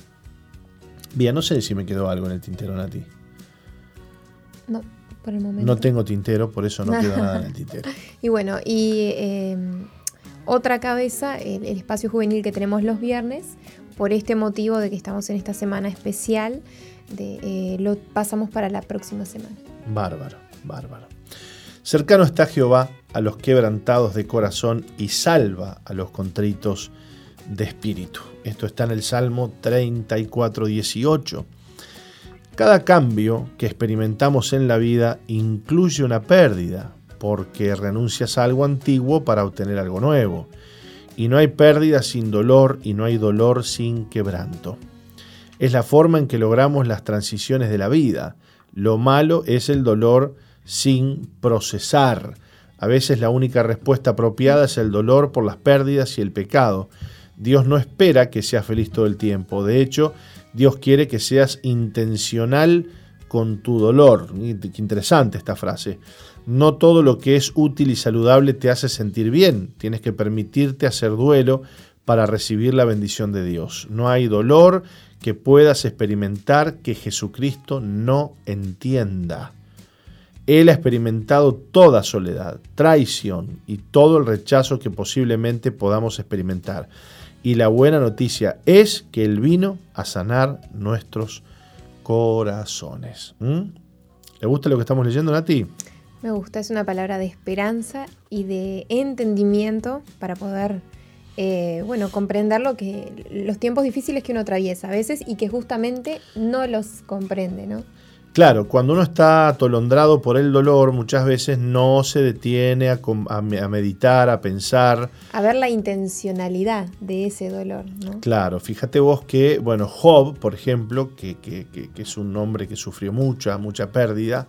Bien, no sé si me quedó algo en el tintero, Nati. No, por el momento. No tengo tintero, por eso no quedó nada en el tintero. Y bueno, y eh, otra cabeza, el, el espacio juvenil que tenemos los viernes, por este motivo de que estamos en esta semana especial, de, eh, lo pasamos para la próxima semana. Bárbaro, bárbaro. Cercano está Jehová a los quebrantados de corazón y salva a los contritos de espíritu. Esto está en el Salmo treinta y cuatro, dieciocho. Cada cambio que experimentamos en la vida incluye una pérdida, porque renuncias a algo antiguo para obtener algo nuevo. Y no hay pérdida sin dolor, y no hay dolor sin quebranto. Es la forma en que logramos las transiciones de la vida. Lo malo es el dolor sin procesar. A veces la única respuesta apropiada es el dolor por las pérdidas y el pecado. Dios no espera que seas feliz todo el tiempo. De hecho, Dios quiere que seas intencional con tu dolor. Qué interesante esta frase. No todo lo que es útil y saludable te hace sentir bien. Tienes que permitirte hacer duelo para recibir la bendición de Dios. No hay dolor que puedas experimentar que Jesucristo no entienda. Él ha experimentado toda soledad, traición y todo el rechazo que posiblemente podamos experimentar. Y la buena noticia es que Él vino a sanar nuestros corazones. ¿Mm? ¿Le gusta lo que estamos leyendo, Nati? Me gusta, es una palabra de esperanza y de entendimiento para poder, eh, bueno, comprender lo que, los tiempos difíciles que uno atraviesa a veces y que justamente no los comprende, ¿no? Claro, cuando uno está atolondrado por el dolor, muchas veces no se detiene a, a, a meditar, a pensar. A ver la intencionalidad de ese dolor, ¿no? Claro, fíjate vos que, bueno, Job, por ejemplo, que, que, que, que es un hombre que sufrió mucha, mucha pérdida,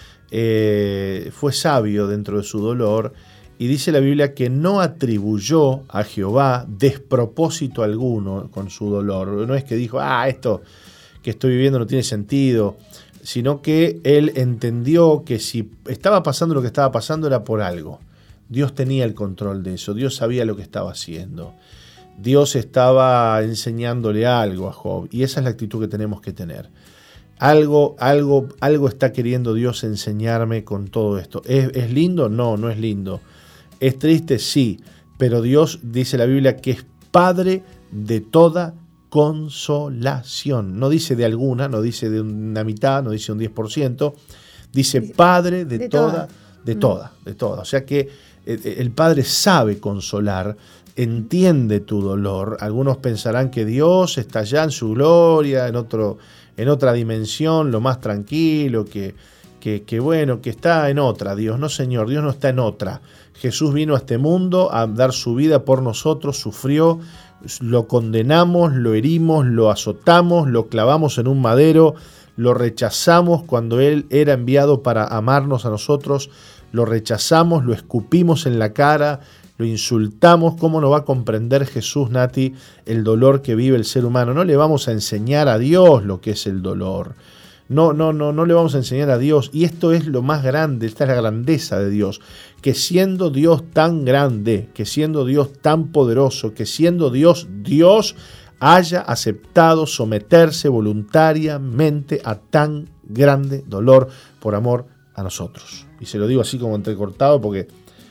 eh, fue sabio dentro de su dolor, y dice la Biblia que no atribuyó a Jehová despropósito alguno con su dolor. No es que dijo, ah, esto que estoy viviendo no tiene sentido, sino que él entendió que si estaba pasando lo que estaba pasando era por algo. Dios tenía el control de eso, Dios sabía lo que estaba haciendo. Dios estaba enseñándole algo a Job, y esa es la actitud que tenemos que tener. Algo, algo, algo está queriendo Dios enseñarme con todo esto. ¿Es, ¿Es lindo? No, no es lindo. ¿Es triste? Sí, pero Dios, dice la Biblia, que es Padre de toda consolación. No dice de alguna, no dice de una mitad, no dice un diez por ciento, dice Padre de, de toda, toda, de toda, de toda. O sea que el Padre sabe consolar, entiende tu dolor. Algunos pensarán que Dios está allá en su gloria, en otro, en otra dimensión, lo más tranquilo, que, que, que bueno, que está en otra. Dios, no, Señor, Dios no está en otra. Jesús vino a este mundo a dar su vida por nosotros, sufrió, lo condenamos, lo herimos, lo azotamos, lo clavamos en un madero, lo rechazamos cuando Él era enviado para amarnos a nosotros, lo rechazamos, lo escupimos en la cara, lo insultamos. ¿Cómo no va a comprender Jesús, Nati, el dolor que vive el ser humano? No le vamos a enseñar a Dios lo que es el dolor. No, no, no, no le vamos a enseñar a Dios. Y esto es lo más grande, esta es la grandeza de Dios. Que siendo Dios tan grande, que siendo Dios tan poderoso, que siendo Dios, Dios haya aceptado someterse voluntariamente a tan grande dolor por amor a nosotros. Y se lo digo así como entrecortado porque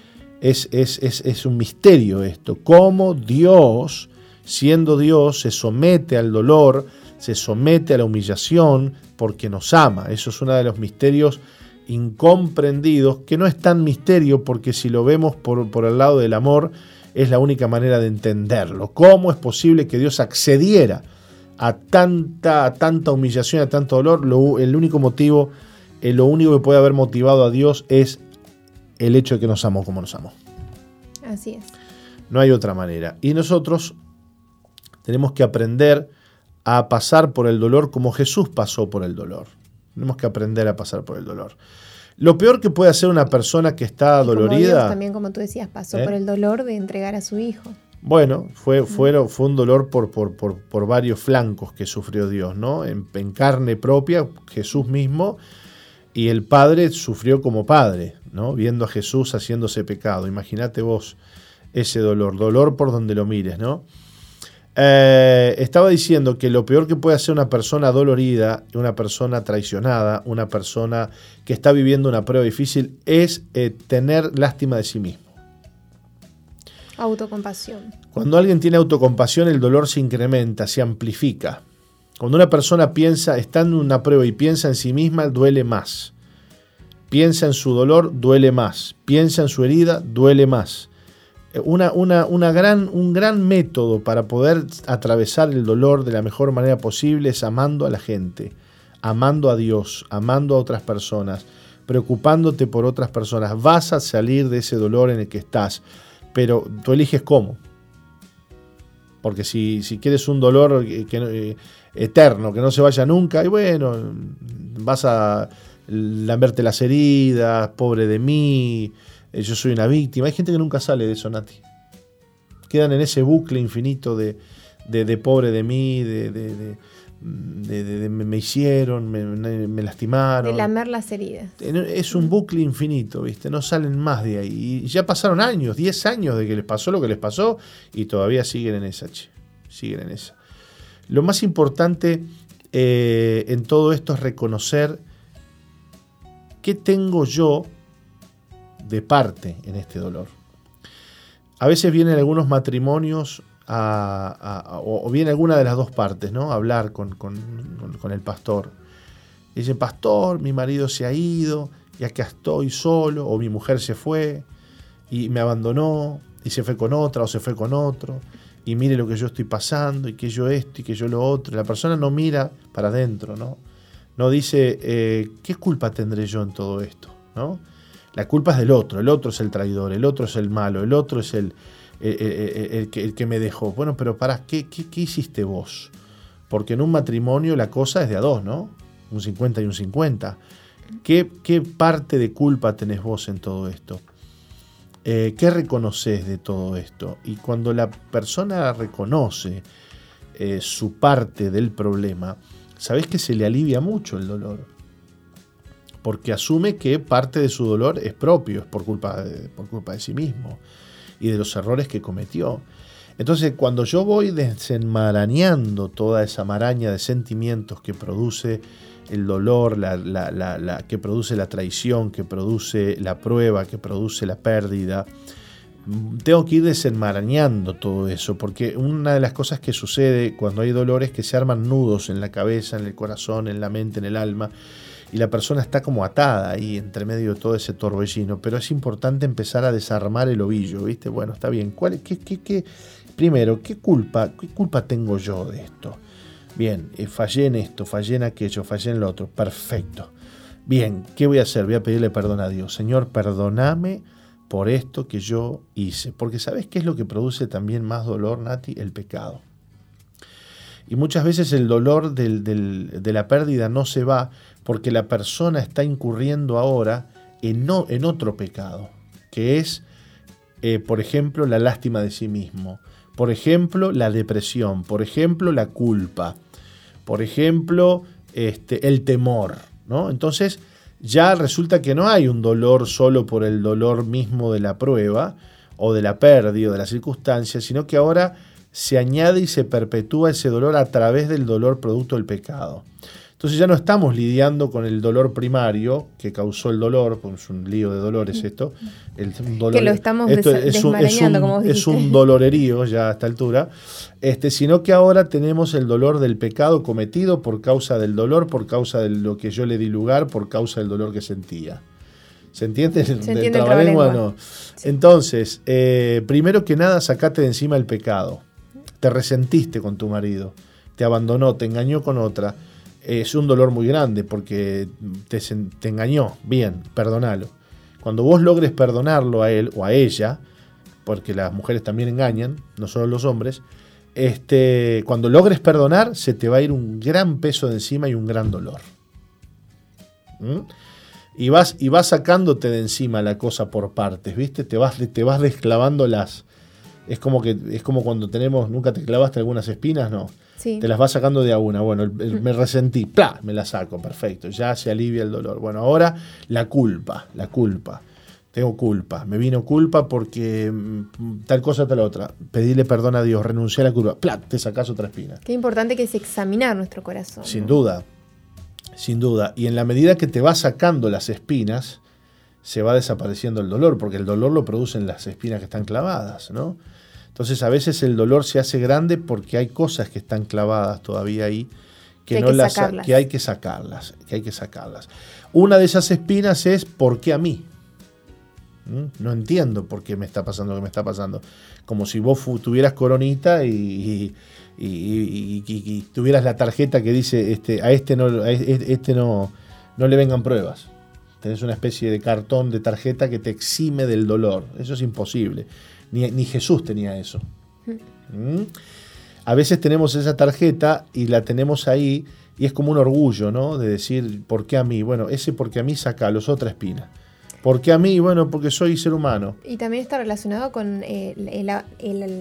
es, es, es, es un misterio esto. Cómo Dios, siendo Dios, se somete al dolor, se somete a la humillación porque nos ama. Eso es uno de los misterios incomprendidos, que no es tan misterio porque si lo vemos por, por el lado del amor, es la única manera de entenderlo. ¿Cómo es posible que Dios accediera a tanta, a tanta humillación, a tanto dolor? Lo, el único motivo, eh, lo único que puede haber motivado a Dios es el hecho de que nos amó como nos amó. Así es. No hay otra manera. Y nosotros tenemos que aprender a pasar por el dolor como Jesús pasó por el dolor. Tenemos que aprender a pasar por el dolor. Lo peor que puede hacer una persona que está y dolorida... Como Dios también, como tú decías, pasó ¿eh? por el dolor de entregar a su hijo. Bueno, fue, fue, fue un dolor por, por, por, por varios flancos que sufrió Dios, ¿no? En, en carne propia, Jesús mismo, y el Padre sufrió como Padre, ¿no? Viendo a Jesús haciéndose pecado. Imagínate vos ese dolor, dolor por donde lo mires, ¿no? Eh, estaba diciendo que lo peor que puede hacer una persona dolorida, una persona traicionada, una persona que está viviendo una prueba difícil es eh, tener lástima de sí mismo. Autocompasión. Cuando alguien tiene autocompasión, el dolor se incrementa, se amplifica. Cuando una persona piensa, está en una prueba y piensa en sí misma, duele más. Piensa en su dolor, duele más. Piensa en su herida, duele más. Una, una, una gran, un gran método para poder atravesar el dolor de la mejor manera posible es amando a la gente, amando a Dios, amando a otras personas, preocupándote por otras personas. Vas a salir de ese dolor en el que estás, pero tú eliges cómo. Porque si, si quieres un dolor que, que, eh, eterno, que no se vaya nunca, y bueno, vas a lamberte las heridas, pobre de mí, yo soy una víctima. Hay gente que nunca sale de eso, Nati. Quedan en ese bucle infinito de, de, de pobre de mí, de, de, de, de, de, de me, me hicieron, me, me lastimaron. De lamer las heridas. Es un bucle infinito, ¿viste? No salen más de ahí. Y ya pasaron años, diez años de que les pasó lo que les pasó y todavía siguen en esa, che. Siguen en esa. Lo más importante eh, en todo esto es reconocer qué tengo yo de parte en este dolor. A veces vienen algunos matrimonios a, a, a, o viene alguna de las dos partes, ¿no? A hablar con, con, con, con el pastor. Dice, pastor, mi marido se ha ido y acá estoy solo, o mi mujer se fue y me abandonó y se fue con otra o se fue con otro, y mire lo que yo estoy pasando y que yo esto y que yo lo otro. La persona no mira para adentro, ¿no? No dice, eh, ¿qué culpa tendré yo en todo esto? ¿No? La culpa es del otro, el otro es el traidor, el otro es el malo, el otro es el, el, el, el, el, que, el que me dejó. Bueno, pero pará, ¿qué, qué, ¿qué hiciste vos? Porque en un matrimonio la cosa es de a dos, ¿no? Un cincuenta y un cincuenta. ¿Qué, qué parte de culpa tenés vos en todo esto? Eh, ¿Qué reconoces de todo esto? Y cuando la persona reconoce eh, su parte del problema, sabés que se le alivia mucho el dolor. Porque asume que parte de su dolor es propio, es por culpa de, por culpa de sí mismo y de los errores que cometió. Entonces, cuando yo voy desenmarañando toda esa maraña de sentimientos que produce el dolor, la, la, la, la, que produce la traición, que produce la prueba, que produce la pérdida, tengo que ir desenmarañando todo eso, porque una de las cosas que sucede cuando hay dolor es que se arman nudos en la cabeza, en el corazón, en la mente, en el alma, y la persona está como atada ahí entre medio de todo ese torbellino. Pero es importante empezar a desarmar el ovillo, ¿viste? Bueno, está bien. ¿Cuál, qué, qué, qué? Primero, ¿qué culpa, qué culpa tengo yo de esto? Bien, eh, fallé en esto, fallé en aquello, fallé en lo otro. Perfecto. Bien, ¿qué voy a hacer? Voy a pedirle perdón a Dios. Señor, perdóname por esto que yo hice. Porque ¿sabes qué es lo que produce también más dolor, Nati? El pecado. Y muchas veces el dolor del, del, de la pérdida no se va porque la persona está incurriendo ahora en, no, en otro pecado, que es, eh, por ejemplo, la lástima de sí mismo, por ejemplo, la depresión, por ejemplo, la culpa, por ejemplo, este, el temor, ¿no? Entonces ya resulta que no hay un dolor solo por el dolor mismo de la prueba o de la pérdida o de la circunstancia, sino que ahora se añade y se perpetúa ese dolor a través del dolor producto del pecado. Entonces ya no estamos lidiando con el dolor primario que causó el dolor, pues es un lío de dolores esto. El, un dolor, que lo estamos esto des- es un, es un, como vos es un dolorerío ya a esta altura, este, sino que ahora tenemos el dolor del pecado cometido por causa del dolor, por causa de lo que yo le di lugar, por causa del dolor que sentía. ¿Se entiende? Se entiende el trabalengua, trabalengua. no. Sí. Entonces, eh, primero que nada, sacate de encima el pecado. Te resentiste con tu marido, te abandonó, te engañó con otra. Es un dolor muy grande porque te, te engañó. Bien, perdonalo. Cuando vos logres perdonarlo a él o a ella, porque las mujeres también engañan, no solo los hombres, este, cuando logres perdonar, se te va a ir un gran peso de encima y un gran dolor. ¿Mm? Y vas, y vas sacándote de encima la cosa por partes, ¿viste? Te vas, te vas desclavando las... Es como que es como cuando tenemos, ¿nunca te clavaste algunas espinas? No. Sí. Te las vas sacando de a una. Bueno, el, el, me resentí, ¡plá! Me la saco, perfecto. Ya se alivia el dolor. Bueno, ahora la culpa, la culpa. Tengo culpa. Me vino culpa porque mmm, tal cosa, tal otra. Pedirle perdón a Dios, renuncié a la culpa. ¡Plá! Te sacas otra espina. Qué importante que es examinar nuestro corazón. Sin ¿no? duda, sin duda. Y en la medida que te vas sacando las espinas, se va desapareciendo el dolor, porque el dolor lo producen las espinas que están clavadas, ¿no? Entonces a veces el dolor se hace grande porque hay cosas que están clavadas todavía ahí que, que, no hay, que las, sacarlas. que hay que sacarlas, que hay que sacarlas. Una de esas espinas es ¿por qué a mí? ¿Mm? No entiendo por qué me está pasando lo que me está pasando. Como si vos tuvieras coronita y, y, y, y, y, y tuvieras la tarjeta que dice este, a este no, a este no, no le vengan pruebas. Tenés una especie de cartón de tarjeta que te exime del dolor. Eso es imposible. Ni, ni Jesús tenía eso. ¿Mm? A veces tenemos esa tarjeta y la tenemos ahí y es como un orgullo, ¿no? De decir, ¿por qué a mí? Bueno, ese porque a mí sacalos, otra espina. ¿Por qué a mí? Bueno, porque soy ser humano. Y también está relacionado con eh, el, el, el,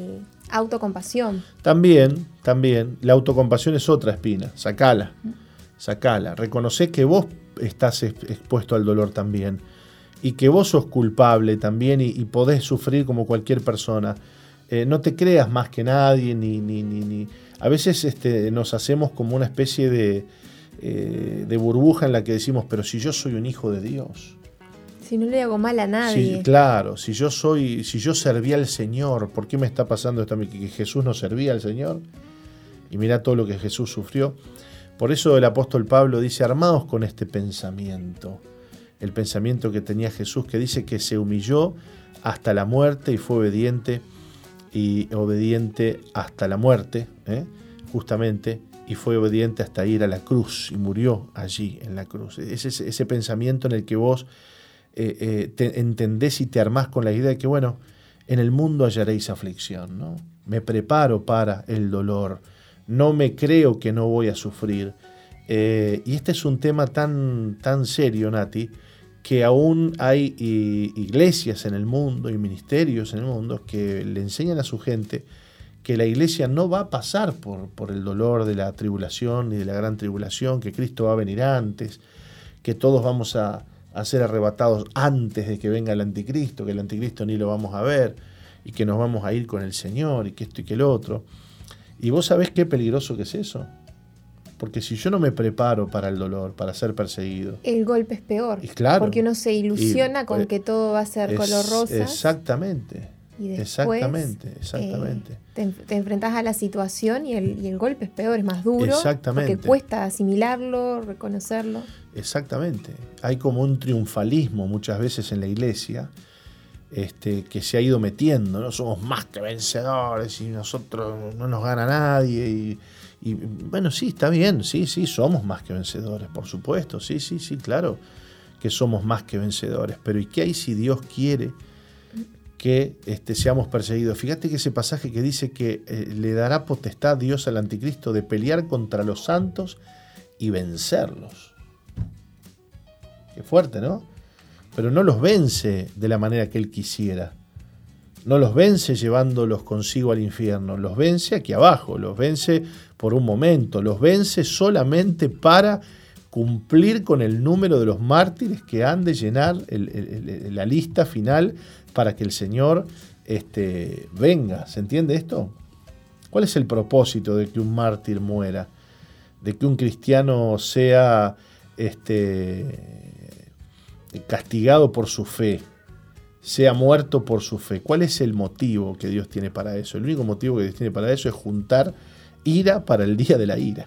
Autocompasión. También, también, la autocompasión es otra espina, sacala, sacala. Reconocé que vos estás expuesto al dolor también y que vos sos culpable también y, y podés sufrir como cualquier persona. Eh, no te creas más que nadie, ni, ni, ni, ni. A veces este, nos hacemos como una especie de, eh, de burbuja en la que decimos, pero si yo soy un hijo de Dios. Si no le hago mal a nadie. Sí, claro, si yo soy, si yo servía al Señor, ¿por qué me está pasando esto a mí? ¿Que Jesús no servía al Señor? Y mirá todo lo que Jesús sufrió. Por eso el apóstol Pablo dice, armados con este pensamiento, el pensamiento que tenía Jesús, que dice que se humilló hasta la muerte y fue obediente, y obediente hasta la muerte, ¿eh? justamente, y fue obediente hasta ir a la cruz, y murió allí en la cruz. Es ese, ese pensamiento en el que vos Eh, eh, te entendés y te armás con la idea de que, bueno, en el mundo hallaréis aflicción, ¿no? Me preparo para el dolor, no me creo que no voy a sufrir. Eh, y este es un tema tan, tan serio, Nati, que aún hay y, iglesias en el mundo y ministerios en el mundo que le enseñan a su gente que la iglesia no va a pasar por, por el dolor de la tribulación ni de la gran tribulación, que Cristo va a venir antes, que todos vamos a a ser arrebatados antes de que venga el anticristo, que el anticristo ni lo vamos a ver, y que nos vamos a ir con el Señor, y que esto y que el otro. Y vos sabés qué peligroso que es eso. Porque si yo no me preparo para el dolor, para ser perseguido... El golpe es peor. Y claro, porque uno se ilusiona y, con que todo va a ser es, color rosa. Exactamente. Y después, exactamente, exactamente. Eh, te, te enfrentás a la situación y el, y el golpe es peor, es más duro. Exactamente. Porque cuesta asimilarlo, reconocerlo. Exactamente. Hay como un triunfalismo muchas veces en la iglesia este, que se ha ido metiendo, ¿no? Somos más que vencedores y nosotros no nos gana nadie. Y, y bueno, sí, está bien, sí, sí, somos más que vencedores, por supuesto. Sí, sí, sí, claro que somos más que vencedores. Pero ¿y qué hay si Dios quiere que este, seamos perseguidos? Fíjate que ese pasaje que dice que eh, le dará potestad Dios al anticristo de pelear contra los santos y vencerlos. Qué fuerte, ¿no? Pero no los vence de la manera que él quisiera. No los vence llevándolos consigo al infierno. Los vence aquí abajo. Los vence por un momento. Los vence solamente para cumplir con el número de los mártires que han de llenar el, el, el, la lista final para que el Señor este, venga. ¿Se entiende esto? ¿Cuál es el propósito de que un mártir muera? De que un cristiano sea este, castigado por su fe, sea muerto por su fe. ¿Cuál es el motivo que Dios tiene para eso? El único motivo que Dios tiene para eso es juntar ira para el día de la ira.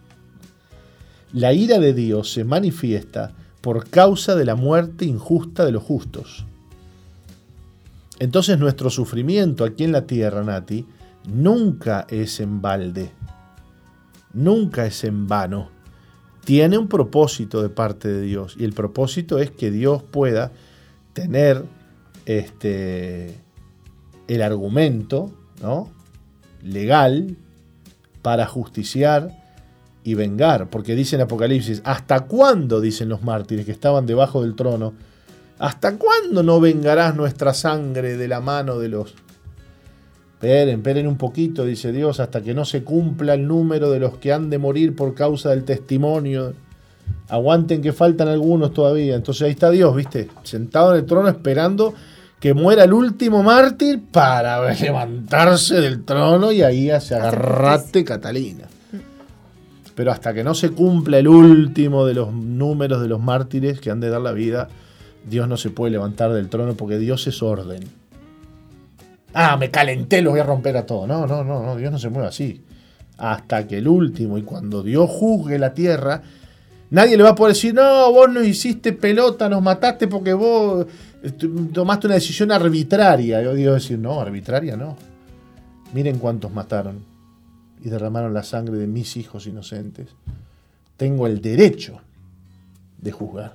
La ira de Dios se manifiesta por causa de la muerte injusta de los justos. Entonces nuestro sufrimiento aquí en la tierra, Nati, nunca es en balde, nunca es en vano. Tiene un propósito de parte de Dios, y el propósito es que Dios pueda tener este, el argumento, ¿no?, legal para justiciar y vengar, porque dice en Apocalipsis, ¿hasta cuándo, dicen los mártires que estaban debajo del trono, hasta cuándo no vengarás nuestra sangre de la mano de los... Esperen, esperen un poquito, dice Dios, hasta que no se cumpla el número de los que han de morir por causa del testimonio. Aguanten que faltan algunos todavía. Entonces ahí está Dios, ¿viste? Sentado en el trono esperando que muera el último mártir para levantarse del trono y ahí hace agarrate Catalina. Pero hasta que no se cumpla el último de los números de los mártires que han de dar la vida, Dios no se puede levantar del trono porque Dios es orden. Ah, me calenté, los voy a romper a todos. No, no, no, no, Dios no se mueve así. Hasta que el último, y cuando Dios juzgue la tierra, nadie le va a poder decir, no, vos no hiciste pelota, nos mataste porque vos tomaste una decisión arbitraria. Yo digo decir, no, arbitraria no. Miren cuántos mataron y derramaron la sangre de mis hijos inocentes. Tengo el derecho de juzgar.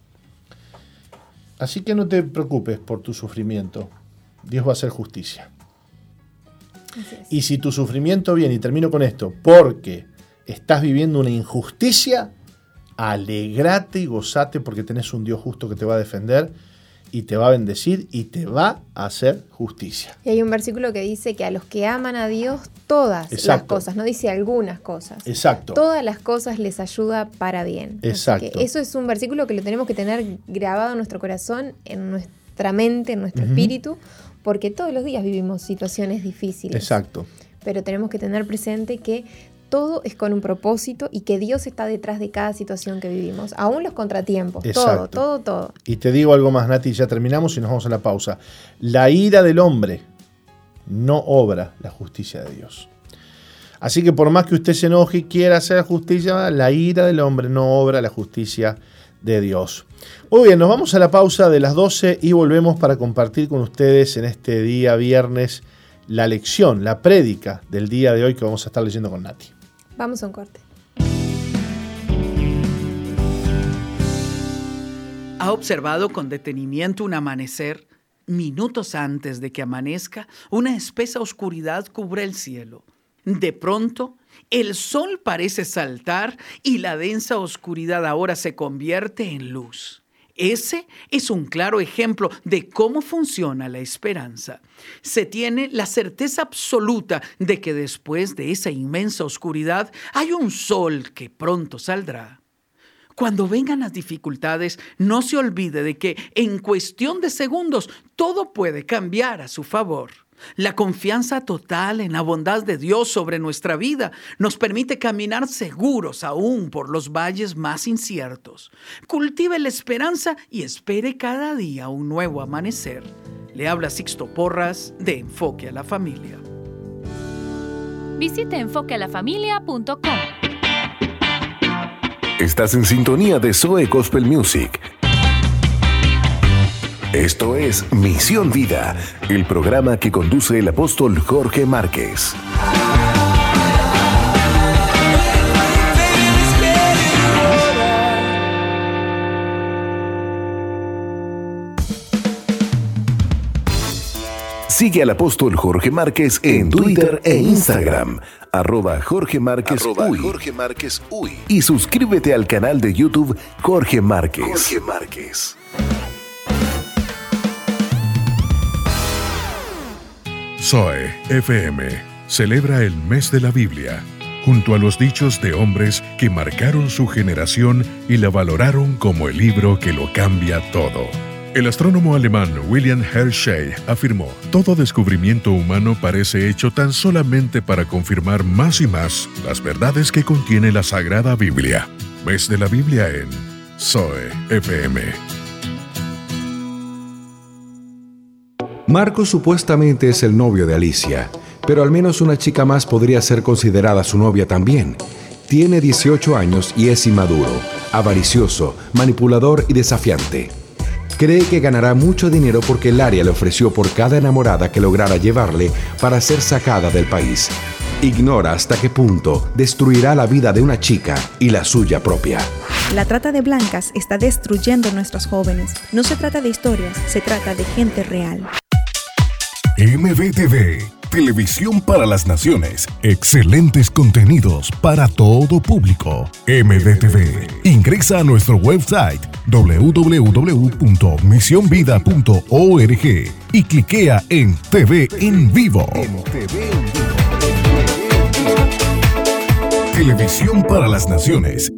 Así que no te preocupes por tu sufrimiento. Dios va a hacer justicia. Y si tu sufrimiento viene, y termino con esto, porque estás viviendo una injusticia, alegrate y gozate porque tenés un Dios justo que te va a defender y te va a bendecir y te va a hacer justicia. Y hay un versículo que dice que a los que aman a Dios, todas Exacto. las cosas, no dice algunas cosas. Exacto. Todas las cosas les ayuda para bien. Exacto. Así que eso es un versículo que lo tenemos que tener grabado en nuestro corazón, en nuestra mente, en nuestro Ujú. espíritu, porque todos los días vivimos situaciones difíciles. Exacto. Pero tenemos que tener presente que todo es con un propósito y que Dios está detrás de cada situación que vivimos, aún los contratiempos, Exacto. todo, todo, todo. Y te digo algo más, Nati, ya terminamos y nos vamos a la pausa. La ira del hombre no obra la justicia de Dios. Así que por más que usted se enoje y quiera hacer justicia, la ira del hombre no obra la justicia de Dios. Muy bien, nos vamos a la pausa de las doce y volvemos para compartir con ustedes en este día viernes la lección, la prédica del día de hoy que vamos a estar leyendo con Nati. Vamos a un corte. ¿Ha observado con detenimiento un amanecer? Minutos antes de que amanezca, una espesa oscuridad cubre el cielo. De pronto, el sol parece saltar y la densa oscuridad ahora se convierte en luz. Ese es un claro ejemplo de cómo funciona la esperanza. Se tiene la certeza absoluta de que después de esa inmensa oscuridad hay un sol que pronto saldrá. Cuando vengan las dificultades, no se olvide de que en cuestión de segundos todo puede cambiar a su favor. La confianza total en la bondad de Dios sobre nuestra vida nos permite caminar seguros aún por los valles más inciertos. Cultive la esperanza y espere cada día un nuevo amanecer. Le habla Sixto Porras de Enfoque a la Familia. Visite enfoque a la familia punto com. Estás en sintonía de Zoe Gospel Music. Esto es Misión Vida, el programa que conduce el apóstol Jorge Márquez. Sigue al apóstol Jorge Márquez en Twitter e Instagram, arroba Jorge Márquez Uy. Jorge Márquez Uy. Y suscríbete al canal de YouTube Jorge Márquez. Jorge Márquez. Zoe F M celebra el mes de la Biblia, junto a los dichos de hombres que marcaron su generación y la valoraron como el libro que lo cambia todo. El astrónomo alemán William Hershey afirmó: todo descubrimiento humano parece hecho tan solamente para confirmar más y más las verdades que contiene la Sagrada Biblia. Mes de la Biblia en Zoe F M. Marco supuestamente es el novio de Alicia, pero al menos una chica más podría ser considerada su novia también. Tiene dieciocho años y es inmaduro, avaricioso, manipulador y desafiante. Cree que ganará mucho dinero porque Laria le ofreció por cada enamorada que lograra llevarle para ser sacada del país. Ignora hasta qué punto destruirá la vida de una chica y la suya propia. La trata de blancas está destruyendo a nuestros jóvenes. No se trata de historias, se trata de gente real. M V T V, Televisión para las Naciones. Excelentes contenidos para todo público. M V T V. Ingresa a nuestro website doble u doble u doble u punto misión vida punto org y cliquea en T V en vivo. Televisión para las Naciones.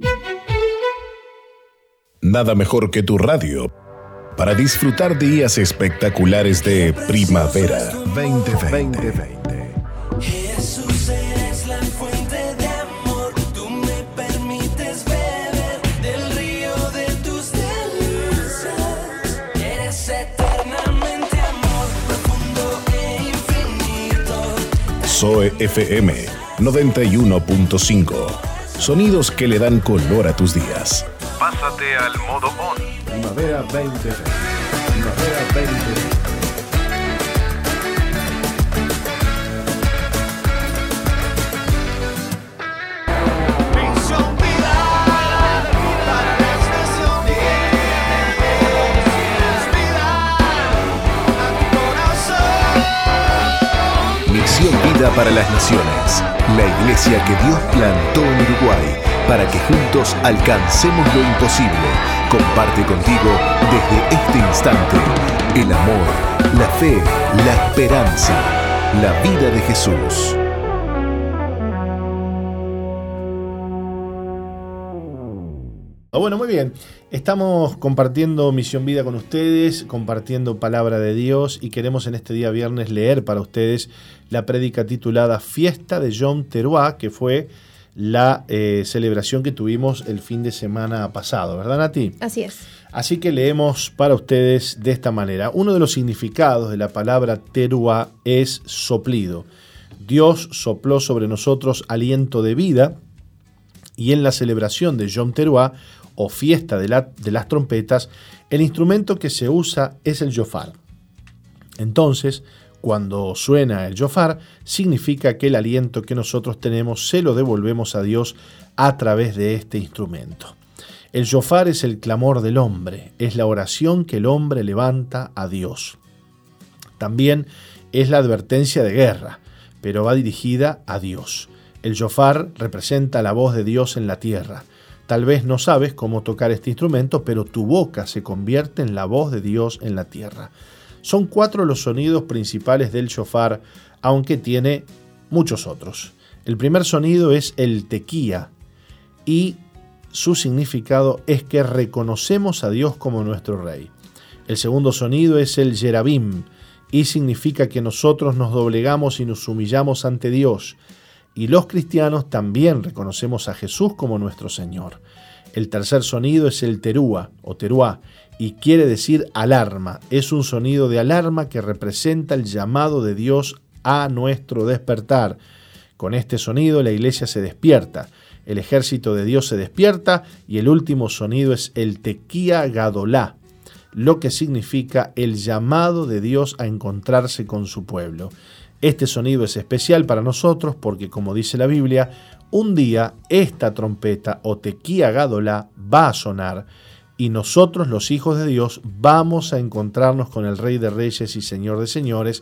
Nada mejor que tu radio para disfrutar días espectaculares de primavera veinte veinte. Jesús, eres la fuente de amor. Tú me permites beber del río de tus delicias. Eres eternamente amor, profundo e infinito. Zoe F M noventa y uno punto cinco. Sonidos que le dan color a tus días. Pásate al modo on. Primavera veinte veinte. Primavera veinte veinte. Misión Vida para las Naciones. La iglesia que Dios plantó en Uruguay para que juntos alcancemos lo imposible. Comparte contigo desde este instante el amor, la fe, la esperanza, la vida de Jesús. Bueno, muy bien. Estamos compartiendo Misión Vida con ustedes, compartiendo Palabra de Dios, y queremos en este día viernes leer para ustedes la prédica titulada Fiesta de Yom Teruah, que fue la eh, celebración que tuvimos el fin de semana pasado, ¿verdad, Nati? Así es. Así que leemos para ustedes de esta manera. Uno de los significados de la palabra Teruah es soplido. Dios sopló sobre nosotros aliento de vida, y en la celebración de Yom Teruah, o fiesta de, la, de las trompetas, el instrumento que se usa es el shofar. Entonces, cuando suena el shofar, significa que el aliento que nosotros tenemos se lo devolvemos a Dios a través de este instrumento. El shofar es el clamor del hombre, es la oración que el hombre levanta a Dios. También es la advertencia de guerra, pero va dirigida a Dios. El shofar representa la voz de Dios en la tierra. Tal vez no sabes cómo tocar este instrumento, pero tu boca se convierte en la voz de Dios en la tierra. Son cuatro los sonidos principales del shofar, aunque tiene muchos otros. El primer sonido es el tequía, y su significado es que reconocemos a Dios como nuestro Rey. El segundo sonido es el yerabim, y significa que nosotros nos doblegamos y nos humillamos ante Dios. Y los cristianos también reconocemos a Jesús como nuestro Señor. El tercer sonido es el teruah o teruah, y quiere decir alarma. Es un sonido de alarma que representa el llamado de Dios a nuestro despertar. Con este sonido la iglesia se despierta, el ejército de Dios se despierta, y el último sonido es el tequía gadolá, lo que significa el llamado de Dios a encontrarse con su pueblo. Este sonido es especial para nosotros porque, como dice la Biblia, un día esta trompeta o tequía gadolá va a sonar, y nosotros, los hijos de Dios, vamos a encontrarnos con el Rey de Reyes y Señor de Señores.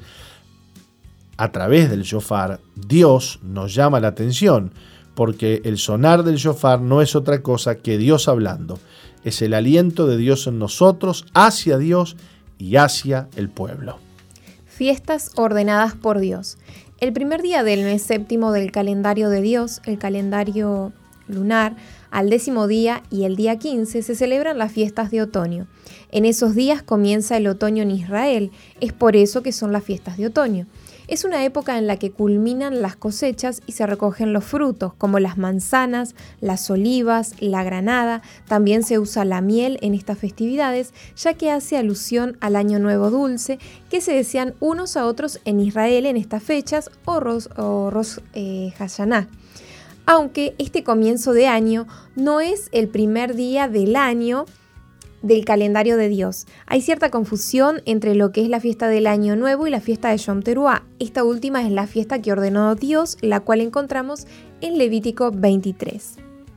A través del shofar, Dios nos llama la atención, porque el sonar del shofar no es otra cosa que Dios hablando. Es el aliento de Dios en nosotros, hacia Dios y hacia el pueblo. Fiestas ordenadas por Dios. El primer día del mes séptimo del calendario de Dios, el calendario lunar, al décimo día y el día quince se celebran las fiestas de otoño. En esos días comienza el otoño en Israel, es por eso que son las fiestas de otoño. Es una época en la que culminan las cosechas y se recogen los frutos, como las manzanas, las olivas, la granada. También se usa la miel en estas festividades, ya que hace alusión al Año Nuevo Dulce, que se desean unos a otros en Israel en estas fechas, o Rosh, o Rosh eh, Hashanah. Aunque este comienzo de año no es el primer día del año del calendario de Dios. Hay cierta confusión entre lo que es la fiesta del Año Nuevo y la fiesta de Yom Teruah. Esta última es la fiesta que ordenó Dios, la cual encontramos en Levítico veintitrés.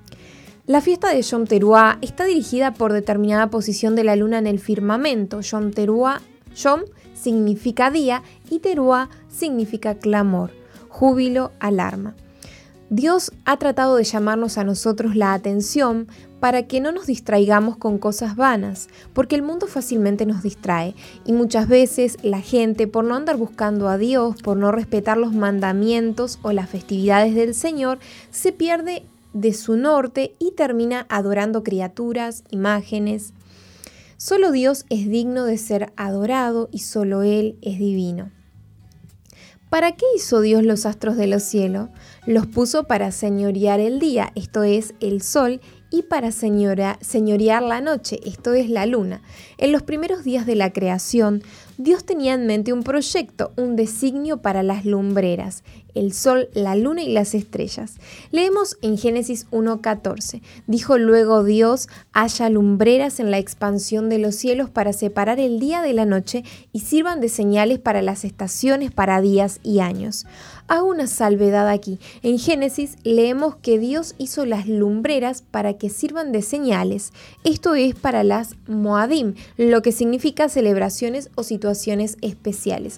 La fiesta de Yom Teruah está dirigida por determinada posición de la luna en el firmamento. Yom Teruah, Yom significa día y Teruah significa clamor, júbilo, alarma. Dios ha tratado de llamarnos a nosotros la atención para que no nos distraigamos con cosas vanas, porque el mundo fácilmente nos distrae y muchas veces la gente, por no andar buscando a Dios, por no respetar los mandamientos o las festividades del Señor, se pierde de su norte y termina adorando criaturas, imágenes. Solo Dios es digno de ser adorado y solo Él es divino. ¿Para qué hizo Dios los astros de los cielos? Los puso para señorear el día, esto es el sol, y para señora, señorear la noche, esto es la luna. En los primeros días de la creación, Dios tenía en mente un proyecto, un designio para las lumbreras, el sol, la luna y las estrellas. Leemos en Génesis uno catorce. Dijo luego Dios, haya lumbreras en la expansión de los cielos para separar el día de la noche y sirvan de señales para las estaciones, para días y años. Hago una salvedad aquí. En Génesis leemos que Dios hizo las lumbreras para que sirvan de señales. Esto es para las Moadim, lo que significa celebraciones o situaciones especiales.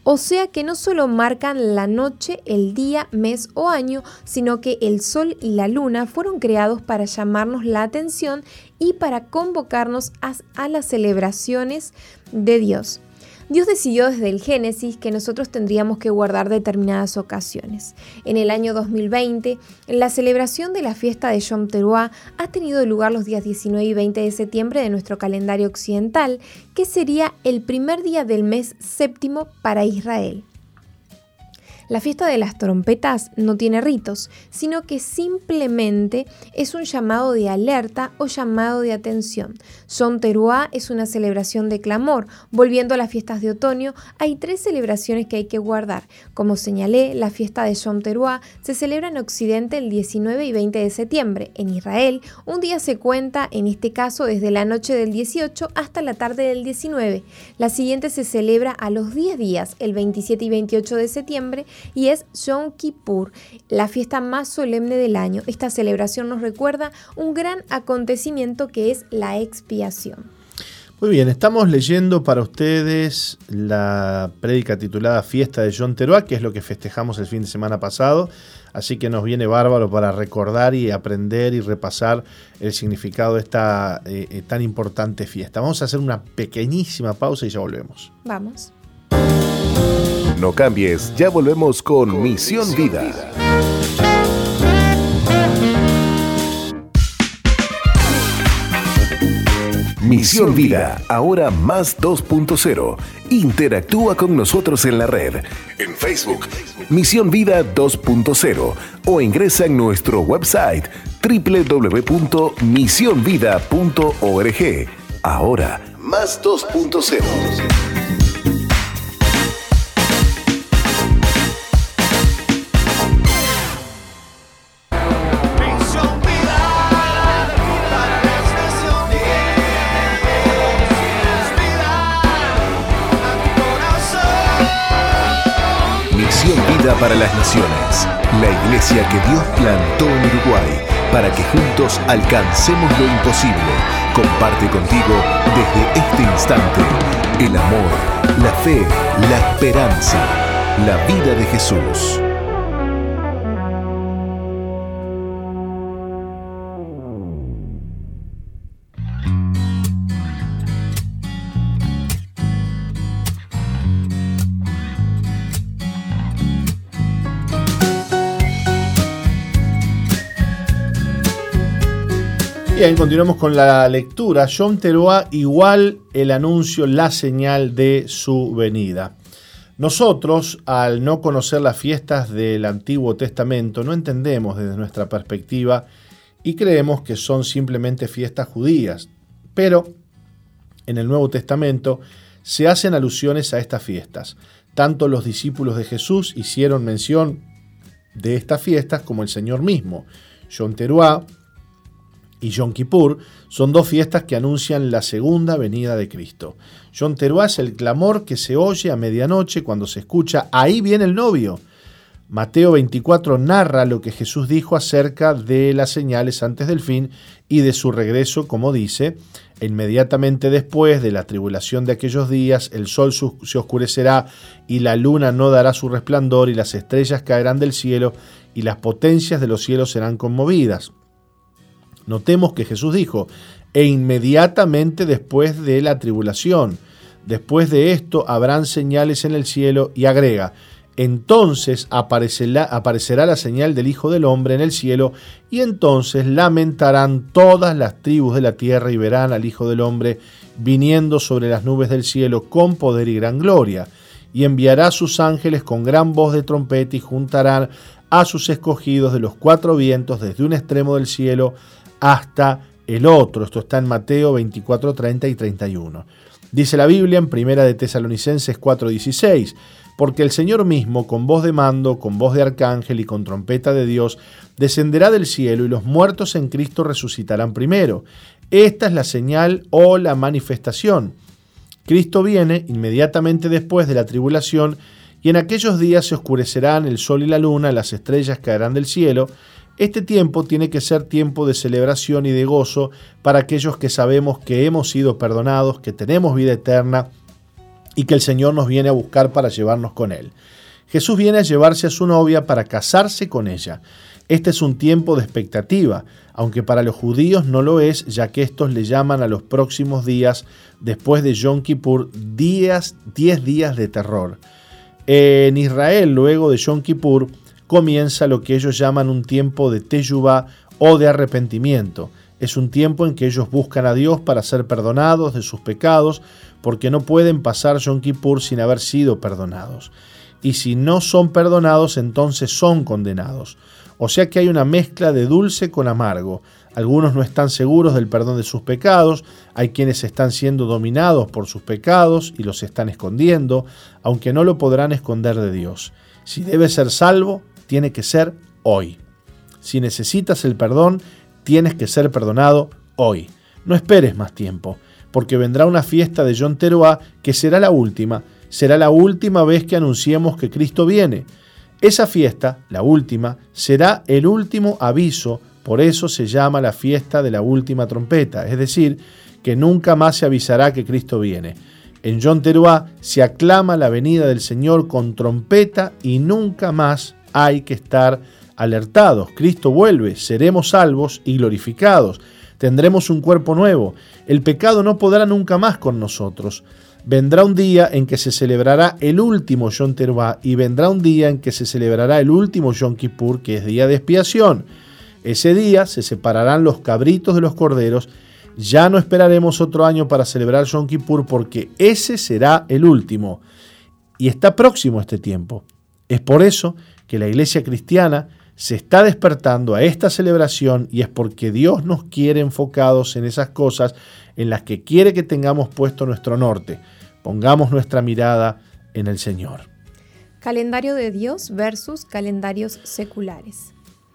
O sea que no solo marcan la noche, el día, mes o año, sino que el sol y la luna fueron creados para llamarnos la atención y para convocarnos a, a las celebraciones de Dios. Dios decidió desde el Génesis que nosotros tendríamos que guardar determinadas ocasiones. En el año dos mil veinte, la celebración de la fiesta de Yom Teruah ha tenido lugar los días diecinueve y veinte de septiembre de nuestro calendario occidental, que sería el primer día del mes séptimo para Israel. La fiesta de las trompetas no tiene ritos, sino que simplemente es un llamado de alerta o llamado de atención. Yom Teruah es una celebración de clamor. Volviendo a las fiestas de otoño, hay tres celebraciones que hay que guardar. Como señalé, la fiesta de Yom Teruah se celebra en Occidente el diecinueve y veinte de septiembre. En Israel, un día se cuenta, en este caso, desde la noche del dieciocho hasta la tarde del diecinueve. La siguiente se celebra a los diez días, el veintisiete y veintiocho de septiembre, y es Yom Kippur, la fiesta más solemne del año. Esta celebración nos recuerda un gran acontecimiento que es la expiación. Muy bien, estamos leyendo para ustedes la prédica titulada Fiesta de Yom Teruah, que es lo que festejamos el fin de semana pasado, así que nos viene bárbaro para recordar y aprender y repasar el significado de esta eh, tan importante fiesta. Vamos a hacer una pequeñísima pausa y ya volvemos. Vamos. No cambies, ya volvemos con, con Misión, Misión Vida. Vida. Misión Vida, ahora más dos punto cero. Interactúa con nosotros en la red, en Facebook, Misión Vida dos punto cero, o ingresa en nuestro website doble u doble u doble u punto misión vida punto org. Ahora más dos punto cero. Para las Naciones, la iglesia que Dios plantó en Uruguay para que juntos alcancemos lo imposible. Comparte contigo desde este instante el amor, la fe, la esperanza, la vida de Jesús. Bien, continuamos con la lectura. Yom Teruah igual el anuncio, la señal de su venida. Nosotros, al no conocer las fiestas del Antiguo Testamento, no entendemos desde nuestra perspectiva y creemos que son simplemente fiestas judías. Pero en el Nuevo Testamento se hacen alusiones a estas fiestas. Tanto los discípulos de Jesús hicieron mención de estas fiestas como el Señor mismo. Yom Teruah y Yom Kippur son dos fiestas que anuncian la segunda venida de Cristo. Yom Teruah es el clamor que se oye a medianoche cuando se escucha "ahí viene el novio". Mateo veinticuatro narra lo que Jesús dijo acerca de las señales antes del fin y de su regreso, como dice: inmediatamente después de la tribulación de aquellos días, el sol se oscurecerá y la luna no dará su resplandor y las estrellas caerán del cielo y las potencias de los cielos serán conmovidas. Notemos que Jesús dijo, e inmediatamente después de la tribulación. Después de esto habrán señales en el cielo, y agrega, entonces aparecerá, aparecerá la señal del Hijo del Hombre en el cielo, y entonces lamentarán todas las tribus de la tierra y verán al Hijo del Hombre viniendo sobre las nubes del cielo con poder y gran gloria. Y enviará a sus ángeles con gran voz de trompeta y juntarán a sus escogidos de los cuatro vientos desde un extremo del cielo hasta el otro. Esto está en Mateo veinticuatro, treinta y treinta y uno. Dice la Biblia en Primera de Tesalonicenses cuatro dieciséis, porque el Señor mismo, con voz de mando, con voz de arcángel y con trompeta de Dios, descenderá del cielo y los muertos en Cristo resucitarán primero. Esta es la señal o la manifestación. Cristo viene inmediatamente después de la tribulación y en aquellos días se oscurecerán el sol y la luna, las estrellas caerán del cielo. Este tiempo tiene que ser tiempo de celebración y de gozo para aquellos que sabemos que hemos sido perdonados, que tenemos vida eterna y que el Señor nos viene a buscar para llevarnos con Él. Jesús viene a llevarse a su novia para casarse con ella. Este es un tiempo de expectativa, aunque para los judíos no lo es, ya que estos le llaman a los próximos días después de Yom Kippur días, diez días de terror. En Israel, luego de Yom Kippur, comienza lo que ellos llaman un tiempo de teshuvá o de arrepentimiento. Es un tiempo en que ellos buscan a Dios para ser perdonados de sus pecados, porque no pueden pasar Yom Kippur sin haber sido perdonados. Y si no son perdonados, entonces son condenados. O sea que hay una mezcla de dulce con amargo. Algunos no están seguros del perdón de sus pecados, hay quienes están siendo dominados por sus pecados y los están escondiendo, aunque no lo podrán esconder de Dios. Si debe ser salvo, tiene que ser hoy. Si necesitas el perdón, tienes que ser perdonado hoy. No esperes más tiempo, porque vendrá una fiesta de Yom Teruá que será la última, será la última vez que anunciemos que Cristo viene. Esa fiesta, la última, será el último aviso, por eso se llama la fiesta de la última trompeta, es decir, que nunca más se avisará que Cristo viene. En Yom Teruá se aclama la venida del Señor con trompeta y nunca más hay que estar alertados. Cristo vuelve, seremos salvos y glorificados, tendremos un cuerpo nuevo, el pecado no podrá nunca más con nosotros. Vendrá un día en que se celebrará el último Yom Teruá y vendrá un día en que se celebrará el último Yom Kippur, que es día de expiación. Ese día se separarán los cabritos de los corderos. Ya no esperaremos otro año para celebrar Yom Kippur porque ese será el último. Y está próximo este tiempo. Es por eso que la iglesia cristiana se está despertando a esta celebración y es porque Dios nos quiere enfocados en esas cosas en las que quiere que tengamos puesto nuestro norte. Pongamos nuestra mirada en el Señor. Calendario de Dios versus calendarios seculares.